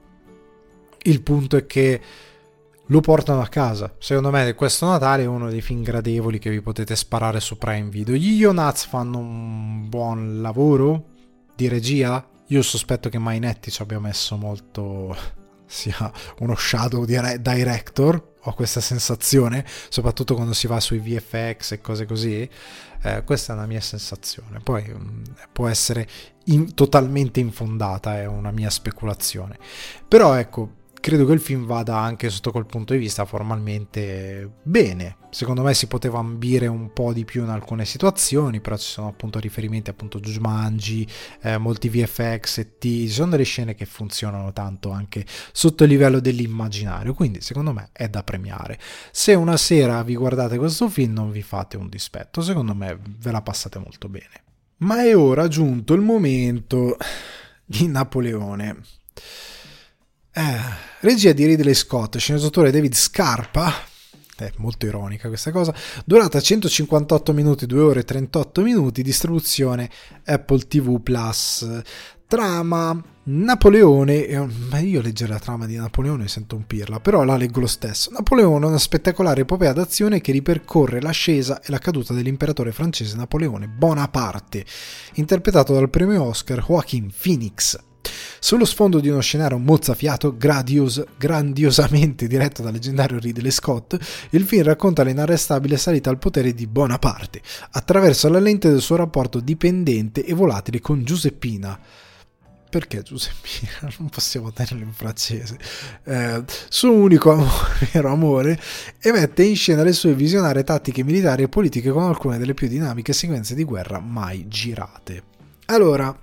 il punto è che lo portano a casa. Secondo me questo Natale è uno dei film gradevoli che vi potete sparare su Prime Video. Gli Ionaz fanno un buon lavoro di regia. Io sospetto che Mainetti ci abbia messo molto, sia uno shadow director, ho questa sensazione, soprattutto quando si va sui VFX e cose così. Questa è una mia sensazione, poi può essere totalmente infondata, è una mia speculazione, però ecco, credo che il film vada anche sotto quel punto di vista formalmente bene. Secondo me si poteva ambire un po' di più in alcune situazioni, però ci sono appunto riferimenti appunto a Jumanji, molti VFX e ci sono delle scene che funzionano tanto anche sotto il livello dell'immaginario, quindi secondo me è da premiare. Se una sera vi guardate questo film non vi fate un dispetto, secondo me ve la passate molto bene. Ma è ora giunto il momento di Napoleone. Regia di Ridley Scott, sceneggiatore David Scarpa, è molto ironica questa cosa, durata 158 minuti, 2 ore e 38 minuti, distribuzione Apple TV Plus, trama Napoleone, ma io leggere la trama di Napoleone sento un pirla, però la leggo lo stesso. Napoleone è una spettacolare epopea d'azione che ripercorre l'ascesa e la caduta dell'imperatore francese Napoleone Bonaparte, interpretato dal premio Oscar Joaquin Phoenix. Sullo sfondo di uno scenario mozzafiato, grandiosamente diretto dal leggendario Ridley Scott, il film racconta l'inarrestabile salita al potere di Bonaparte, attraverso la lente del suo rapporto dipendente e volatile con Giuseppina. Perché Giuseppina? Non possiamo tenerlo in francese. Suo unico vero amore, e mette in scena le sue visionarie tattiche militari e politiche con alcune delle più dinamiche sequenze di guerra mai girate. Allora,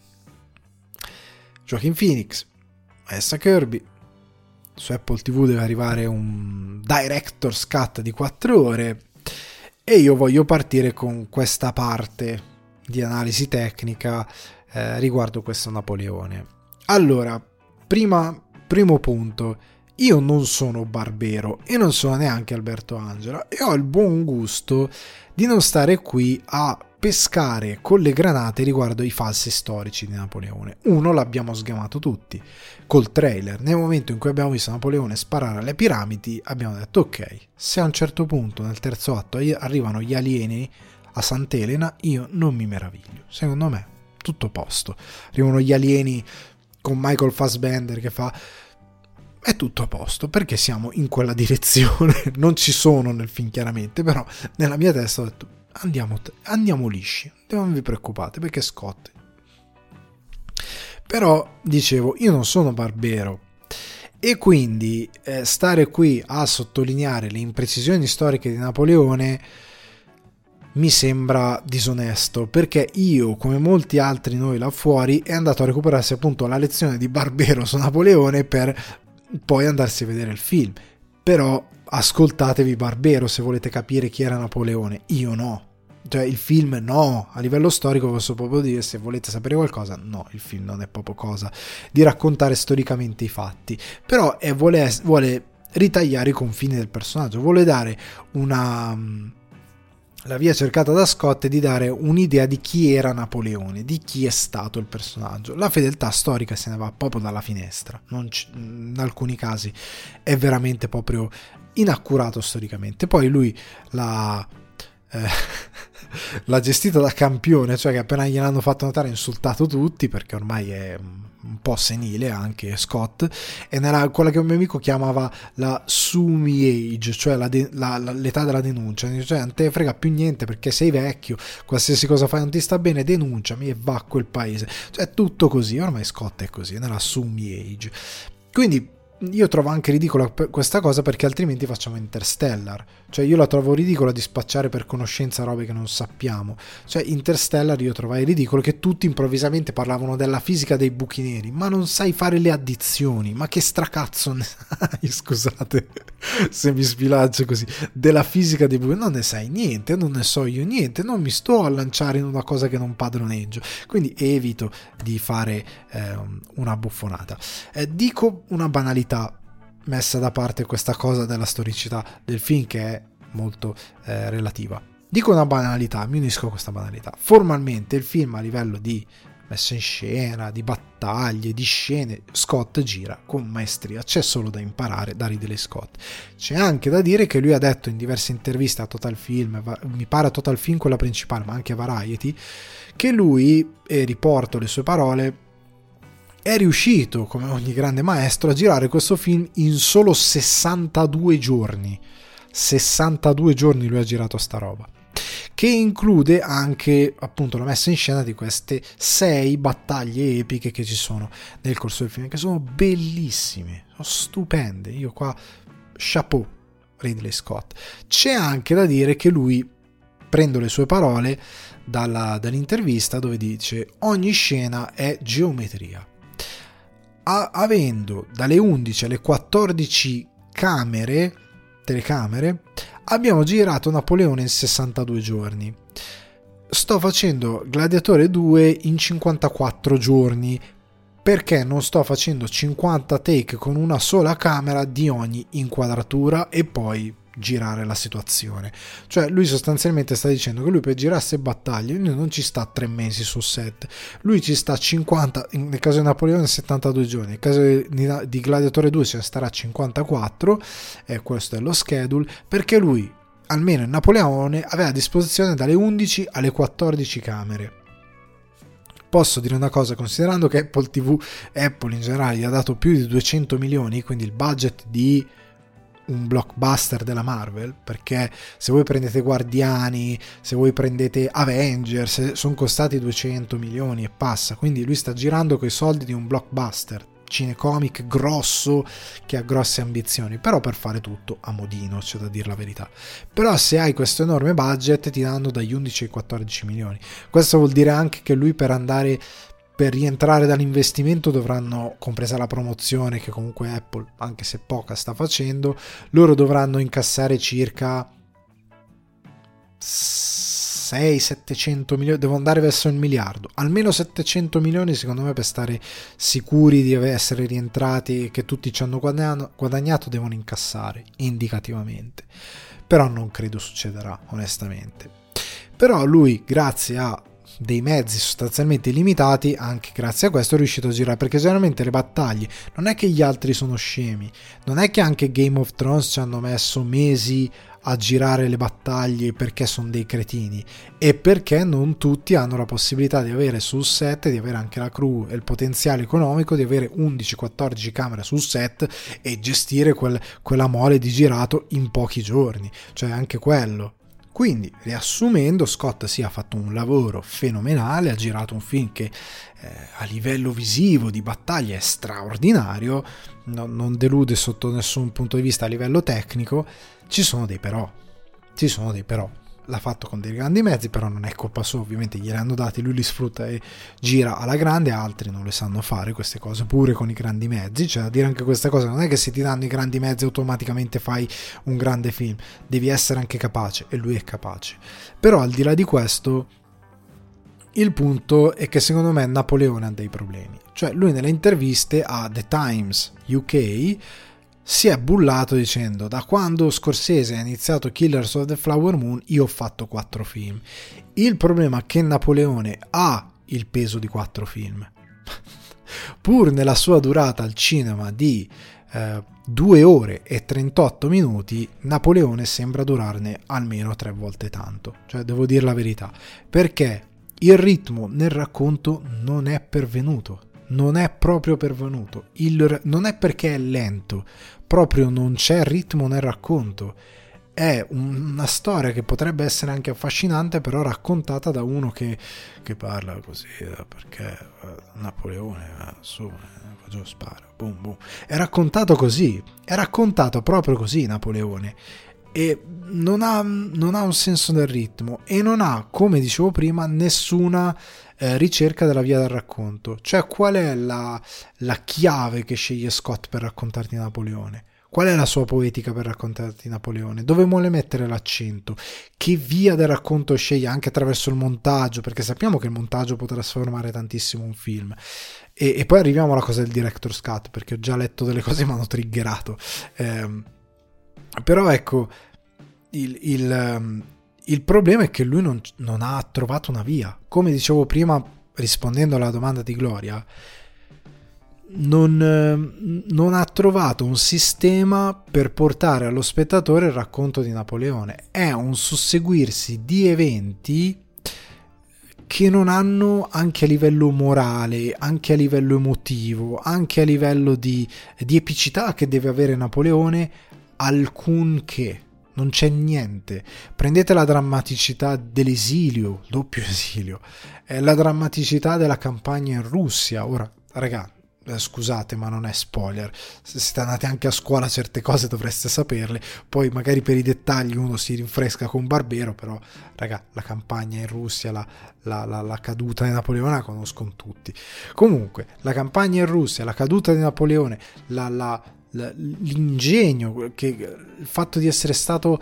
Joaquin Phoenix, Vanessa Kirby, su Apple TV deve arrivare un Director's Cut di 4 ore e io voglio partire con questa parte di analisi tecnica riguardo questo Napoleone. Allora, primo punto, io non sono Barbero e non sono neanche Alberto Angela e ho il buon gusto di non stare qui a pescare con le granate riguardo i falsi storici di Napoleone. Uno l'abbiamo sgamato tutti col trailer. Nel momento in cui abbiamo visto Napoleone sparare alle piramidi abbiamo detto ok, se a un certo punto nel terzo atto arrivano gli alieni a Sant'Elena io non mi meraviglio, secondo me tutto a posto. Arrivano gli alieni con Michael Fassbender che fa, è tutto a posto perché siamo in quella direzione. Non ci sono nel film chiaramente, però nella mia testa ho detto andiamo lisci, non vi preoccupate perché Scott. Però dicevo, io non sono Barbero e quindi stare qui a sottolineare le imprecisioni storiche di Napoleone mi sembra disonesto, perché io, come molti altri noi là fuori, è andato a recuperarsi appunto la lezione di Barbero su Napoleone per poi andarsi a vedere il film. Però ascoltatevi Barbero se volete capire chi era Napoleone, io no, cioè il film no, a livello storico posso proprio dire, se volete sapere qualcosa, no, il film non è proprio cosa di raccontare storicamente i fatti, però vuole ritagliare i confini del personaggio, vuole dare la via cercata da Scott è di dare un'idea di chi era Napoleone, di chi è stato il personaggio. La fedeltà storica se ne va proprio dalla finestra, in alcuni casi è veramente proprio inaccurato storicamente. Poi lui l'ha gestita da campione, cioè che appena gliel'hanno fatto notare ha insultato tutti, perché ormai è un po' senile anche Scott, e nella quella che un mio amico chiamava la sumi age, cioè l'età della denuncia, cioè non te frega più niente perché sei vecchio, qualsiasi cosa fai non ti sta bene, denunciami e va a quel paese, cioè tutto così, ormai Scott è così, è nella sumi age. Quindi io trovo anche ridicola questa cosa, perché altrimenti facciamo Interstellar, cioè io la trovo ridicola di spacciare per conoscenza robe che non sappiamo. Cioè Interstellar io trovai ridicolo che tutti improvvisamente parlavano della fisica dei buchi neri, ma non sai fare le addizioni, ma che stracazzo ne sai, scusate se mi sbilancio così, della fisica dei buchi, non ne sai niente, non ne so io niente, non mi sto a lanciare in una cosa che non padroneggio, quindi evito di fare una buffonata. Dico una banalità, messa da parte questa cosa della storicità del film che è molto relativa. Dico una banalità, mi unisco a questa banalità. Formalmente il film a livello di messa in scena, di battaglie, di scene, Scott gira con maestria, c'è solo da imparare da Ridley Scott. C'è anche da dire che lui ha detto in diverse interviste a Total Film, mi pare a Total Film quella principale, ma anche a Variety, che lui, e riporto le sue parole, è riuscito, come ogni grande maestro, a girare questo film in solo 62 giorni. 62 giorni lui ha girato sta roba, che include anche appunto la messa in scena di queste 6 battaglie epiche che ci sono nel corso del film, che sono bellissime, sono stupende. Io qua chapeau Ridley Scott. C'è anche da dire che lui, prendo le sue parole dall'intervista, dove dice: ogni scena è geometria. Avendo dalle 11 alle 14 telecamere, abbiamo girato Napoleone in 62 giorni. Sto facendo Gladiatore 2 in 54 giorni, perché non sto facendo 50 take con una sola camera di ogni inquadratura e poi girare la situazione. Cioè lui sostanzialmente sta dicendo che lui per girarsi battaglie non ci sta 3 mesi sul set, lui ci sta 50, nel caso di Napoleone 72 giorni, nel caso di Gladiatore 2 ce ne starà 54, e questo è lo schedule, perché lui almeno in Napoleone aveva a disposizione dalle 11 alle 14 camere. Posso dire una cosa, considerando che Apple in generale gli ha dato più di 200 milioni, quindi il budget di un blockbuster della Marvel, perché se voi prendete Guardiani, se voi prendete Avengers, sono costati 200 milioni e passa, quindi lui sta girando coi soldi di un blockbuster cinecomic grosso che ha grosse ambizioni, però per fare tutto a modino, c'è da dire la verità. Però se hai questo enorme budget ti danno dagli 11 ai 14 milioni. Questo vuol dire anche che lui per rientrare dall'investimento dovranno, compresa la promozione che comunque Apple, anche se poca, sta facendo, loro dovranno incassare circa 600-700 milioni, devo andare verso il miliardo, almeno 700 milioni secondo me, per stare sicuri di essere rientrati, che tutti ci hanno guadagnato, devono incassare indicativamente, però non credo succederà onestamente. Però lui, grazie a dei mezzi sostanzialmente limitati, anche grazie a questo è riuscito a girare, perché generalmente le battaglie non è che gli altri sono scemi, non è che anche Game of Thrones ci hanno messo mesi a girare le battaglie perché sono dei cretini, e perché non tutti hanno la possibilità di avere sul set, di avere anche la crew e il potenziale economico di avere 11-14 camere sul set e gestire quella mole di girato in pochi giorni, cioè anche quello. Quindi, riassumendo, Scott ha fatto un lavoro fenomenale, ha girato un film che a livello visivo di battaglia è straordinario, non delude sotto nessun punto di vista a livello tecnico. Ci sono dei però, l'ha fatto con dei grandi mezzi, però non è colpa sua, ovviamente glieli hanno dati, lui li sfrutta e gira alla grande, altri non le sanno fare queste cose pure con i grandi mezzi. C'è da dire anche questa cosa, non è che se ti danno i grandi mezzi automaticamente fai un grande film, devi essere anche capace, e lui è capace. Però al di là di questo, il punto è che secondo me Napoleone ha dei problemi. Cioè lui nelle interviste a The Times UK si è bullato dicendo: da quando Scorsese ha iniziato Killers of the Flower Moon io ho fatto 4 film. Il problema è che Napoleone ha il peso di 4 film pur nella sua durata al cinema di 2 ore e 38 minuti, Napoleone sembra durarne almeno 3 volte tanto. Cioè devo dire la verità, perché il ritmo nel racconto non è pervenuto, non è proprio pervenuto, non è perché è lento, proprio non c'è ritmo nel racconto. È una storia che potrebbe essere anche affascinante, però raccontata da uno che parla così, perché Napoleone su, faccio sparo, boom boom. È raccontato così, è raccontato proprio così Napoleone, e non ha un senso del ritmo, e non ha, come dicevo prima, nessuna ricerca della via del racconto. Cioè, qual è la chiave che sceglie Scott per raccontarti Napoleone? Qual è la sua poetica per raccontarti Napoleone? Dove vuole mettere l'accento? Che via del racconto sceglie, anche attraverso il montaggio? Perché sappiamo che il montaggio può trasformare tantissimo un film. E poi arriviamo alla cosa del director's cut, perché ho già letto delle cose che mi hanno triggerato. Però ecco, il problema è che lui non ha trovato una via. Come dicevo prima, rispondendo alla domanda di Gloria, non ha trovato un sistema per portare allo spettatore il racconto di Napoleone. È un susseguirsi di eventi che non hanno, anche a livello morale, anche a livello emotivo, anche a livello di epicità che deve avere Napoleone, alcunché. Non c'è niente. Prendete la drammaticità dell'esilio, doppio esilio, la drammaticità della campagna in Russia. Ora, raga, scusate, ma non è spoiler. Se siete andati anche a scuola certe cose dovreste saperle. Poi magari per i dettagli uno si rinfresca con Barbero, però, raga, la campagna in Russia, la caduta di Napoleone la conoscono tutti. Comunque, la campagna in Russia, la caduta di Napoleone, l'ingegno, il fatto di essere stato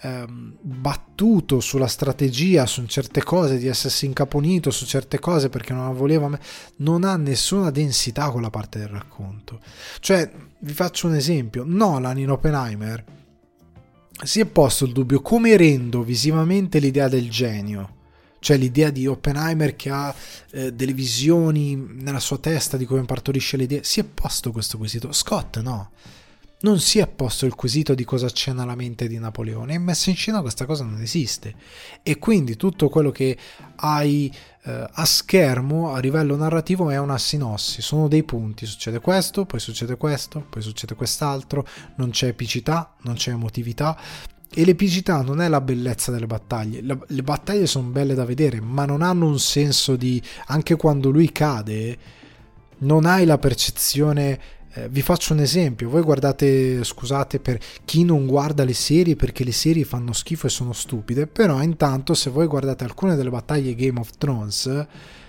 battuto sulla strategia, su certe cose, di essersi incaponito su certe cose perché non la voleva, non ha nessuna densità quella parte del racconto. Cioè, vi faccio un esempio: Nolan in Oppenheimer si è posto il dubbio come rendo visivamente l'idea del genio, cioè l'idea di Oppenheimer che ha delle visioni nella sua testa di come partorisce le idee. Si è posto questo quesito. Scott no, non si è posto il quesito di cosa c'è nella mente di Napoleone. In messa in scena questa cosa non esiste, e quindi tutto quello che hai a schermo a livello narrativo è una sinossi, sono dei punti: succede questo, poi succede questo, poi succede quest'altro. Non c'è epicità, non c'è emotività. E l'epicità non è la bellezza delle battaglie. Le battaglie sono belle da vedere, ma non hanno un senso di... Anche quando lui cade non hai la percezione. Vi faccio un esempio: voi guardate, scusate per chi non guarda le serie, perché le serie fanno schifo e sono stupide, però intanto se voi guardate alcune delle battaglie Game of Thrones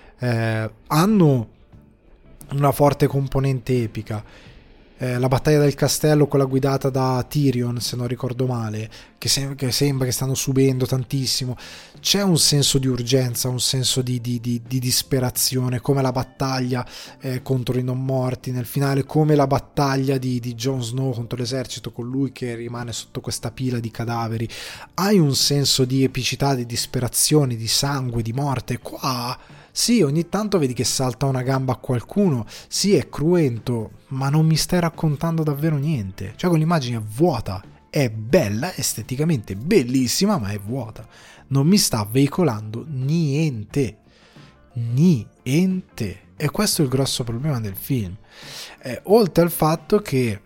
hanno una forte componente epica. La battaglia del castello, quella guidata da Tyrion, se non ricordo male, che sembra che stanno subendo tantissimo, c'è un senso di urgenza, un senso di disperazione, come la battaglia contro i non morti nel finale, come la battaglia di Jon Snow contro l'esercito, con lui che rimane sotto questa pila di cadaveri. Hai un senso di epicità, di disperazione, di sangue, di morte. Qua sì, ogni tanto vedi che salta una gamba a qualcuno, sì, è cruento, ma non mi stai raccontando davvero niente. Cioè, quell'immagine è vuota, è bella, esteticamente bellissima, ma è vuota. Non mi sta veicolando niente. Niente. E questo è il grosso problema del film. Oltre al fatto che,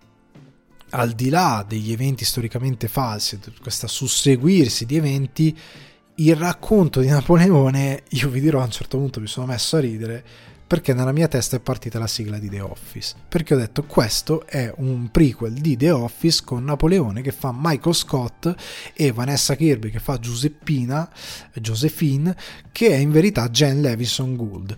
al di là degli eventi storicamente falsi, questo susseguirsi di eventi, il racconto di Napoleone, io vi dirò, a un certo punto mi sono messo a ridere perché nella mia testa è partita la sigla di The Office, perché ho detto questo è un prequel di The Office con Napoleone che fa Michael Scott e Vanessa Kirby che fa Josephine, che è in verità Jane Levison Gould.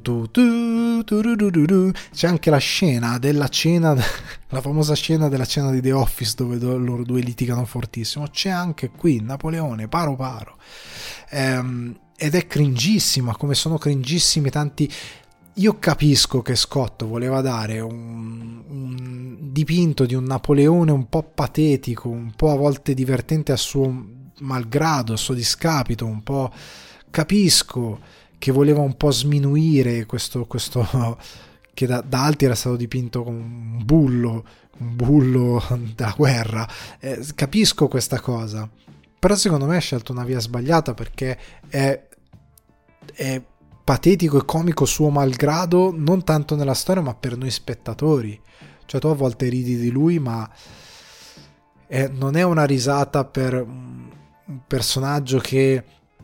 C'è anche la scena della cena, la famosa scena della cena di The Office dove loro due litigano fortissimo. C'è anche qui Napoleone paro paro, ed è cringissima, come sono cringissimi tanti. Io capisco che Scott voleva dare un dipinto di un Napoleone un po' patetico, un po' a volte divertente a suo malgrado, a suo discapito, un po'. Capisco che voleva un po' sminuire questo che da altri era stato dipinto come un bullo da guerra. Capisco questa cosa, però secondo me ha scelto una via sbagliata, perché è patetico e comico suo malgrado, non tanto nella storia ma per noi spettatori. Cioè, tu a volte ridi di lui, ma non è una risata per un personaggio che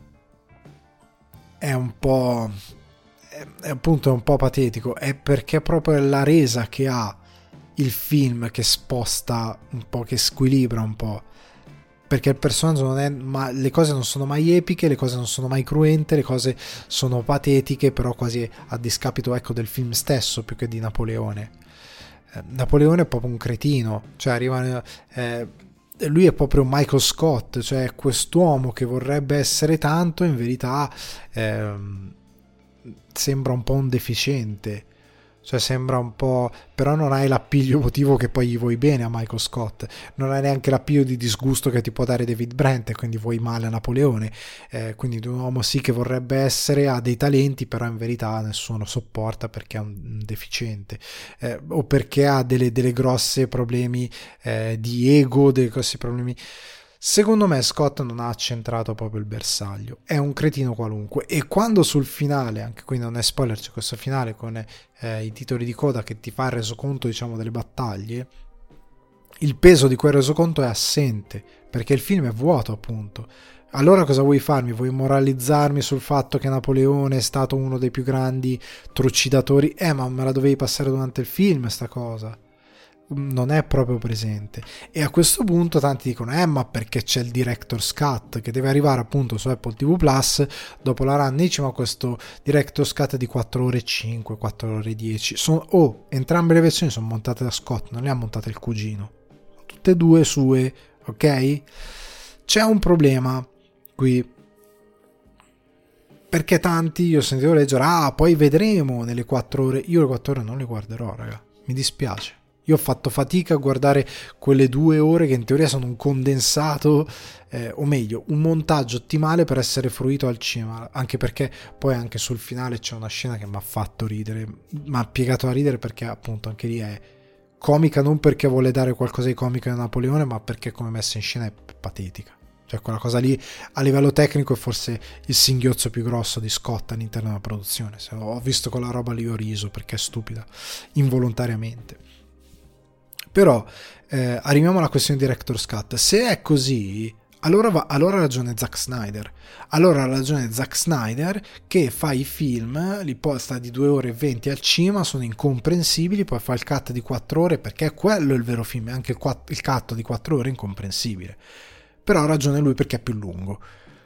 è un po' appunto è un po' patetico, è perché proprio la resa che ha il film che sposta un po', che squilibra un po', perché il personaggio non è, ma le cose non sono mai epiche, le cose non sono mai cruente, le cose sono patetiche, però quasi a discapito, ecco, del film stesso più che di Napoleone. Napoleone è proprio un cretino, cioè arriva lui è proprio Michael Scott, cioè quest'uomo che vorrebbe essere tanto, in verità sembra un po' un deficiente, cioè sembra un po', però non hai l'appiglio emotivo che poi gli vuoi bene a Michael Scott, non hai neanche l'appiglio di disgusto che ti può dare David Brent, e quindi vuoi male a Napoleone, quindi un uomo sì che vorrebbe essere, ha dei talenti, però in verità nessuno lo sopporta perché è un deficiente, o perché ha delle grosse problemi di ego, dei grossi problemi. Secondo me Scott non ha accentrato proprio il bersaglio, è un cretino qualunque, e quando sul finale, anche qui non è spoiler, c'è questo finale con i titoli di coda che ti fa il resoconto, diciamo, delle battaglie, il peso di quel resoconto è assente, perché il film è vuoto, appunto. Allora cosa vuoi farmi? Vuoi moralizzarmi sul fatto che Napoleone è stato uno dei più grandi trucidatori? Ma me la dovevi passare durante il film sta cosa. Non è proprio presente, e a questo punto tanti dicono ma perché c'è il director's cut che deve arrivare appunto su Apple TV Plus dopo la run. Diciamo, questo director's cut di 4 ore e 5, 4 ore e 10 entrambe le versioni sono montate da Scott, non le ha montate il cugino, tutte e due sue, ok? C'è un problema qui, perché tanti, io ho sentito leggere, poi vedremo nelle 4 ore. Io le 4 ore non le guarderò, raga, mi dispiace. Io ho fatto fatica a guardare quelle 2 ore che in teoria sono un condensato, o meglio, un montaggio ottimale per essere fruito al cinema, anche perché poi anche sul finale c'è una scena che mi ha fatto ridere, mi ha piegato a ridere, perché appunto anche lì è comica, non perché vuole dare qualcosa di comico a Napoleone, ma perché come messa in scena è patetica. Cioè quella cosa lì a livello tecnico è forse il singhiozzo più grosso di Scott all'interno della produzione. Se ho visto quella roba lì ho riso perché è stupida, involontariamente. Però arriviamo alla questione di director's cut. Se è così, allora ha ragione Zack Snyder. Allora ha ragione Zack Snyder che fa i film, li posta di 2 ore e 20 al cinema, sono incomprensibili, poi fa il cut di 4 ore, perché quello è il vero film, anche il cut di 4 ore è incomprensibile. Però ha ragione lui perché è più lungo.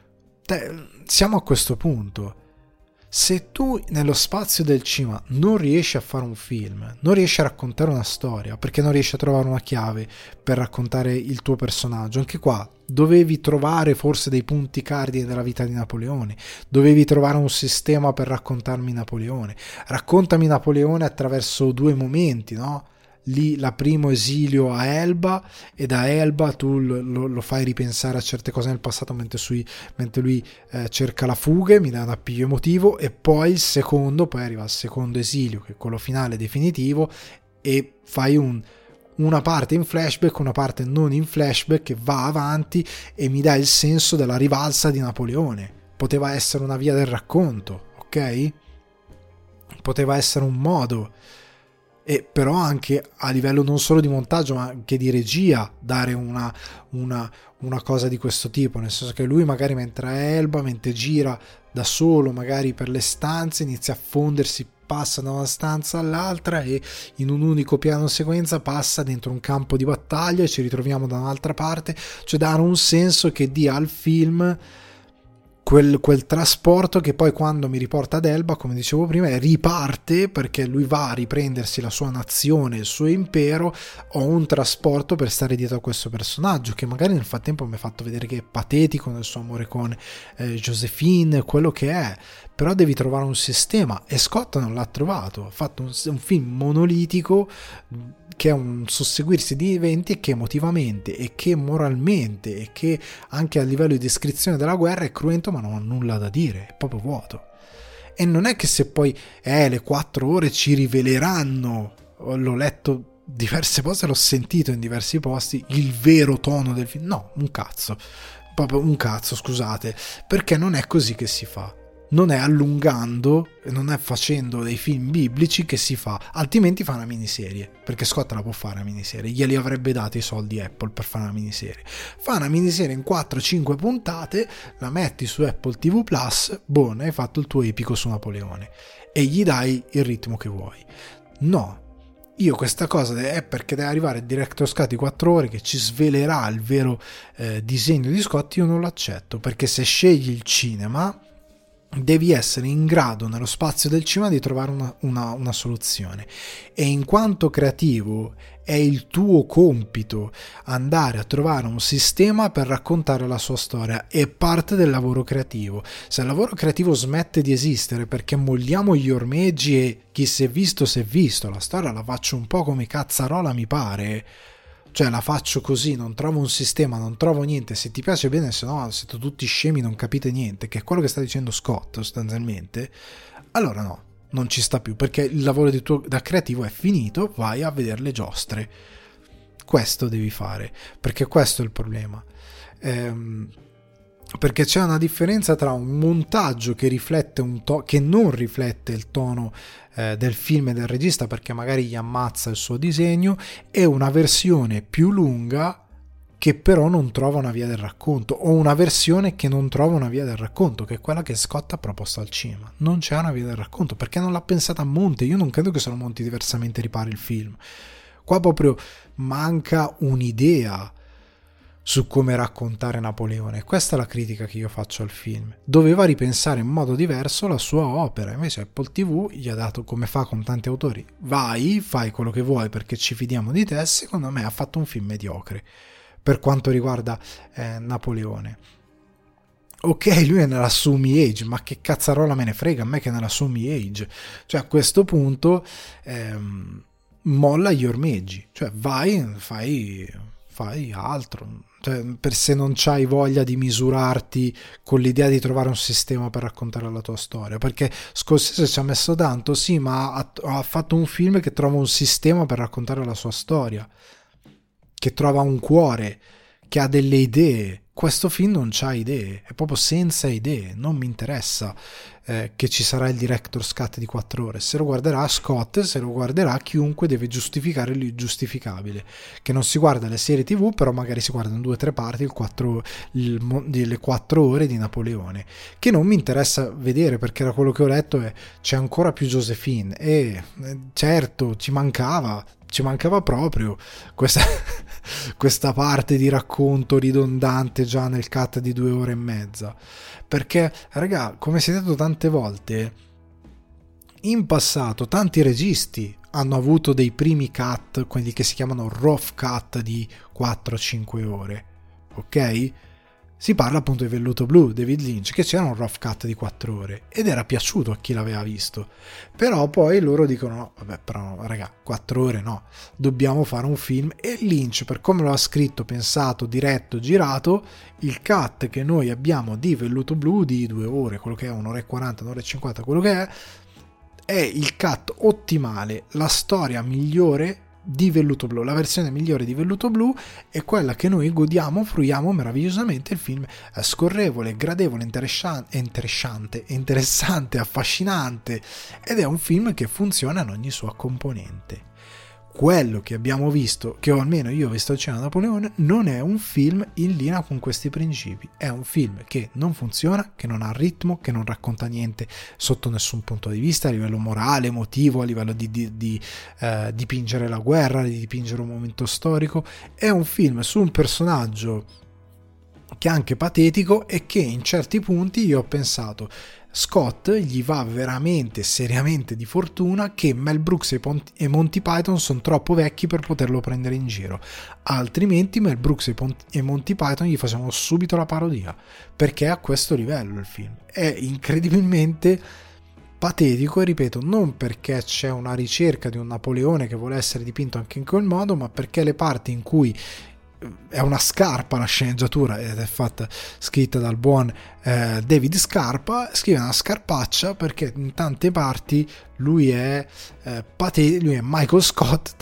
Siamo a questo punto. Se tu nello spazio del cinema non riesci a fare un film, non riesci a raccontare una storia, perché non riesci a trovare una chiave per raccontare il tuo personaggio, anche qua dovevi trovare forse dei punti cardine della vita di Napoleone, dovevi trovare un sistema per raccontarmi Napoleone. Raccontami Napoleone attraverso 2 momenti, no? Lì la primo esilio a Elba, e da Elba tu lo fai ripensare a certe cose nel passato mentre lui cerca la fuga, mi dà un appiglio emotivo, e poi poi arriva il secondo esilio che è quello finale definitivo, e fai una parte in flashback, una parte non in flashback che va avanti e mi dà il senso della rivalsa di Napoleone. Poteva essere una via del racconto, ok? Poteva essere un modo. E però anche a livello non solo di montaggio ma anche di regia dare una cosa di questo tipo, nel senso che lui magari mentre è Elba, mentre gira da solo magari per le stanze, inizia a fondersi, passa da una stanza all'altra e in un unico piano sequenza passa dentro un campo di battaglia e ci ritroviamo da un'altra parte, cioè dare un senso che dia al film quel trasporto che poi quando mi riporta ad Elba, come dicevo prima, riparte perché lui va a riprendersi la sua nazione, il suo impero. Ho un trasporto per stare dietro a questo personaggio che magari nel frattempo mi ha fatto vedere che è patetico nel suo amore con Josephine, quello che è, però devi trovare un sistema e Scott non l'ha trovato. Ha fatto un film monolitico che è un susseguirsi di eventi e che emotivamente e che moralmente e che anche a livello di descrizione della guerra è cruento, ma non ha nulla da dire, è proprio vuoto. E non è che se poi le 4 ore ci riveleranno, l'ho letto diverse volte, l'ho sentito in diversi posti, il vero tono del film. No, un cazzo, proprio un cazzo, scusate, perché non è così che si fa. Non è allungando e non è facendo dei film biblici che si fa, altrimenti fa una miniserie, perché Scott la può fare una miniserie, glieli avrebbe dato i soldi Apple per fare una miniserie. Fa una miniserie in 4-5 puntate, la metti su Apple TV Plus, buono, hai fatto il tuo epico su Napoleone e gli dai il ritmo che vuoi. No, io questa cosa è perché deve arrivare il director's cut di 4 ore che ci svelerà il vero disegno di Scott. Io non l'accetto, perché se scegli il cinema devi essere in grado nello spazio del cinema di trovare una soluzione, e in quanto creativo è il tuo compito andare a trovare un sistema per raccontare la sua storia, è parte del lavoro creativo. Se il lavoro creativo smette di esistere perché molliamo gli ormeggi e chi si è visto si è visto, la storia la faccio un po' come cazzarola mi pare, cioè la faccio così, non trovo un sistema, non trovo niente, se ti piace bene, se no siete tutti scemi, non capite niente, che è quello che sta dicendo Scott sostanzialmente, allora no, non ci sta più, perché il lavoro di tuo da creativo è finito, vai a vedere le giostre. Questo devi fare, perché questo è il problema. perché c'è una differenza tra un montaggio che riflette che non riflette il tono del film e del regista, perché magari gli ammazza il suo disegno, e una versione più lunga che però non trova una via del racconto, o una versione che non trova una via del racconto, che è quella che Scott ha proposto al cinema. Non c'è una via del racconto perché non l'ha pensata a monte. Io non credo che se lo monti diversamente ripari il film. Qua proprio manca un'idea su come raccontare Napoleone. Questa è la critica che io faccio al film. Doveva ripensare in modo diverso la sua opera, invece Apple TV gli ha dato, come fa con tanti autori, vai, fai quello che vuoi perché ci fidiamo di te. Secondo me ha fatto un film mediocre per quanto riguarda Napoleone. Ok, lui è nella Sumi Age, ma che cazzarola me ne frega a me che è nella Sumi Age. Cioè a questo punto molla gli ormeggi, cioè vai, fai altro. Cioè, per se non c'hai voglia di misurarti con l'idea di trovare un sistema per raccontare la tua storia, perché Scorsese ci ha messo tanto, sì, ma ha fatto un film che trova un sistema per raccontare la sua storia, che trova un cuore, che ha delle idee. Questo film non c'ha idee, è proprio senza idee. Non mi interessa che ci sarà il director's cut di 4 ore. Se lo guarderà Scott, se lo guarderà chiunque deve giustificare l'ingiustificabile, che non si guarda le serie TV, però magari si guarda in 2 o 3 parti le 4 ore di Napoleone, che non mi interessa vedere, perché da quello che ho letto c'è ancora più Josephine, e certo ci mancava proprio questa parte di racconto ridondante già nel cut di 2 ore e mezza, perché raga, come si è detto tante volte in passato, tanti registi hanno avuto dei primi cut, quelli che si chiamano rough cut di 4-5 ore, ok? Si parla appunto di Velluto Blu, David Lynch, che c'era un rough cut di 4 ore ed era piaciuto a chi l'aveva visto. Però poi loro dicono, no, vabbè, però raga, 4 ore no, dobbiamo fare un film. E Lynch, per come lo ha scritto, pensato, diretto, girato, il cut che noi abbiamo di Velluto Blu di 2 ore, quello che è 1 ora e 40, 1 ora e 50, quello che è il cut ottimale, la storia migliore di Velluto Blu. La versione migliore di Velluto Blu è quella che noi godiamo, fruiamo meravigliosamente. Il film è scorrevole, gradevole, interessante, affascinante, ed è un film che funziona in ogni sua componente. Quello che abbiamo visto, che almeno io ho visto al cinema Napoleone, non è un film in linea con questi principi. È un film che non funziona, che non ha ritmo, che non racconta niente sotto nessun punto di vista, a livello morale, emotivo, a livello di dipingere la guerra, di dipingere un momento storico. È un film su un personaggio che è anche patetico e che in certi punti io ho pensato, Scott gli va veramente seriamente di fortuna che Mel Brooks e Monty Python sono troppo vecchi per poterlo prendere in giro, altrimenti Mel Brooks e Monty Python gli facevano subito la parodia, perché è a questo livello il film, è incredibilmente patetico, e ripeto, non perché c'è una ricerca di un Napoleone che vuole essere dipinto anche in quel modo, ma perché le parti in cui è una scarpa la sceneggiatura, ed è scritta dal buon David Scarpa, scrive una scarpaccia, perché in tante parti lui è lui è Michael Scott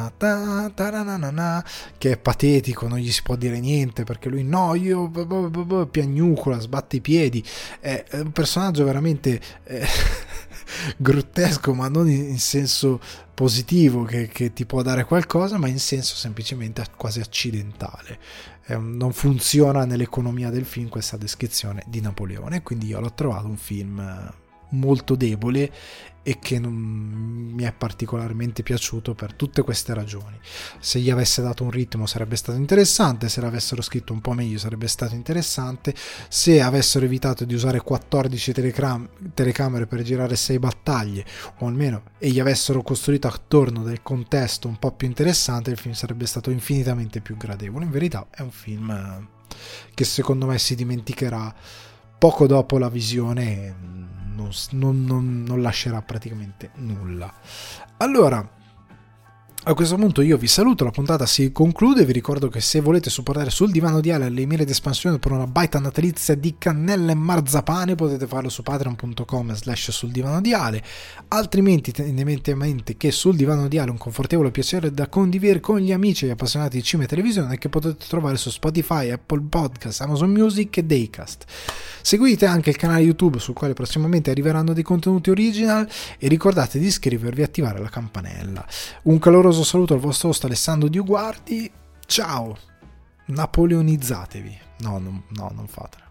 che è patetico, non gli si può dire niente perché lui io piagnucola, sbatte i piedi, è un personaggio veramente grottesco, ma non in senso positivo che ti può dare qualcosa, ma in senso semplicemente quasi accidentale. Non funziona nell'economia del film questa descrizione di Napoleone, quindi io l'ho trovato un film molto debole e che non mi è particolarmente piaciuto per tutte queste ragioni. Se gli avesse dato un ritmo sarebbe stato interessante, se l'avessero scritto un po' meglio sarebbe stato interessante, se avessero evitato di usare 14 telecamere per girare 6 battaglie, o almeno, e gli avessero costruito attorno del contesto un po' più interessante, il film sarebbe stato infinitamente più gradevole. In verità è un film che secondo me si dimenticherà poco dopo la visione, non lascerà praticamente nulla. Allora, A questo punto io vi saluto, la puntata si conclude, vi ricordo che se volete supportare Sul Divano di Ale le mire d'espansione per una baita natalizia di cannella e marzapane potete farlo su patreon.com/Sul Divano di Ale, altrimenti tenete a mente che Sul Divano di Ale è un confortevole piacere da condividere con gli amici e appassionati di cinema e televisione che potete trovare su Spotify, Apple Podcast, Amazon Music e Daycast. Seguite anche il canale YouTube sul quale prossimamente arriveranno dei contenuti original e ricordate di iscrivervi e attivare la campanella. Un caloroso saluto al vostro host Alessandro Diuguardi. Ciao, napoleonizzatevi. No, non fatelo.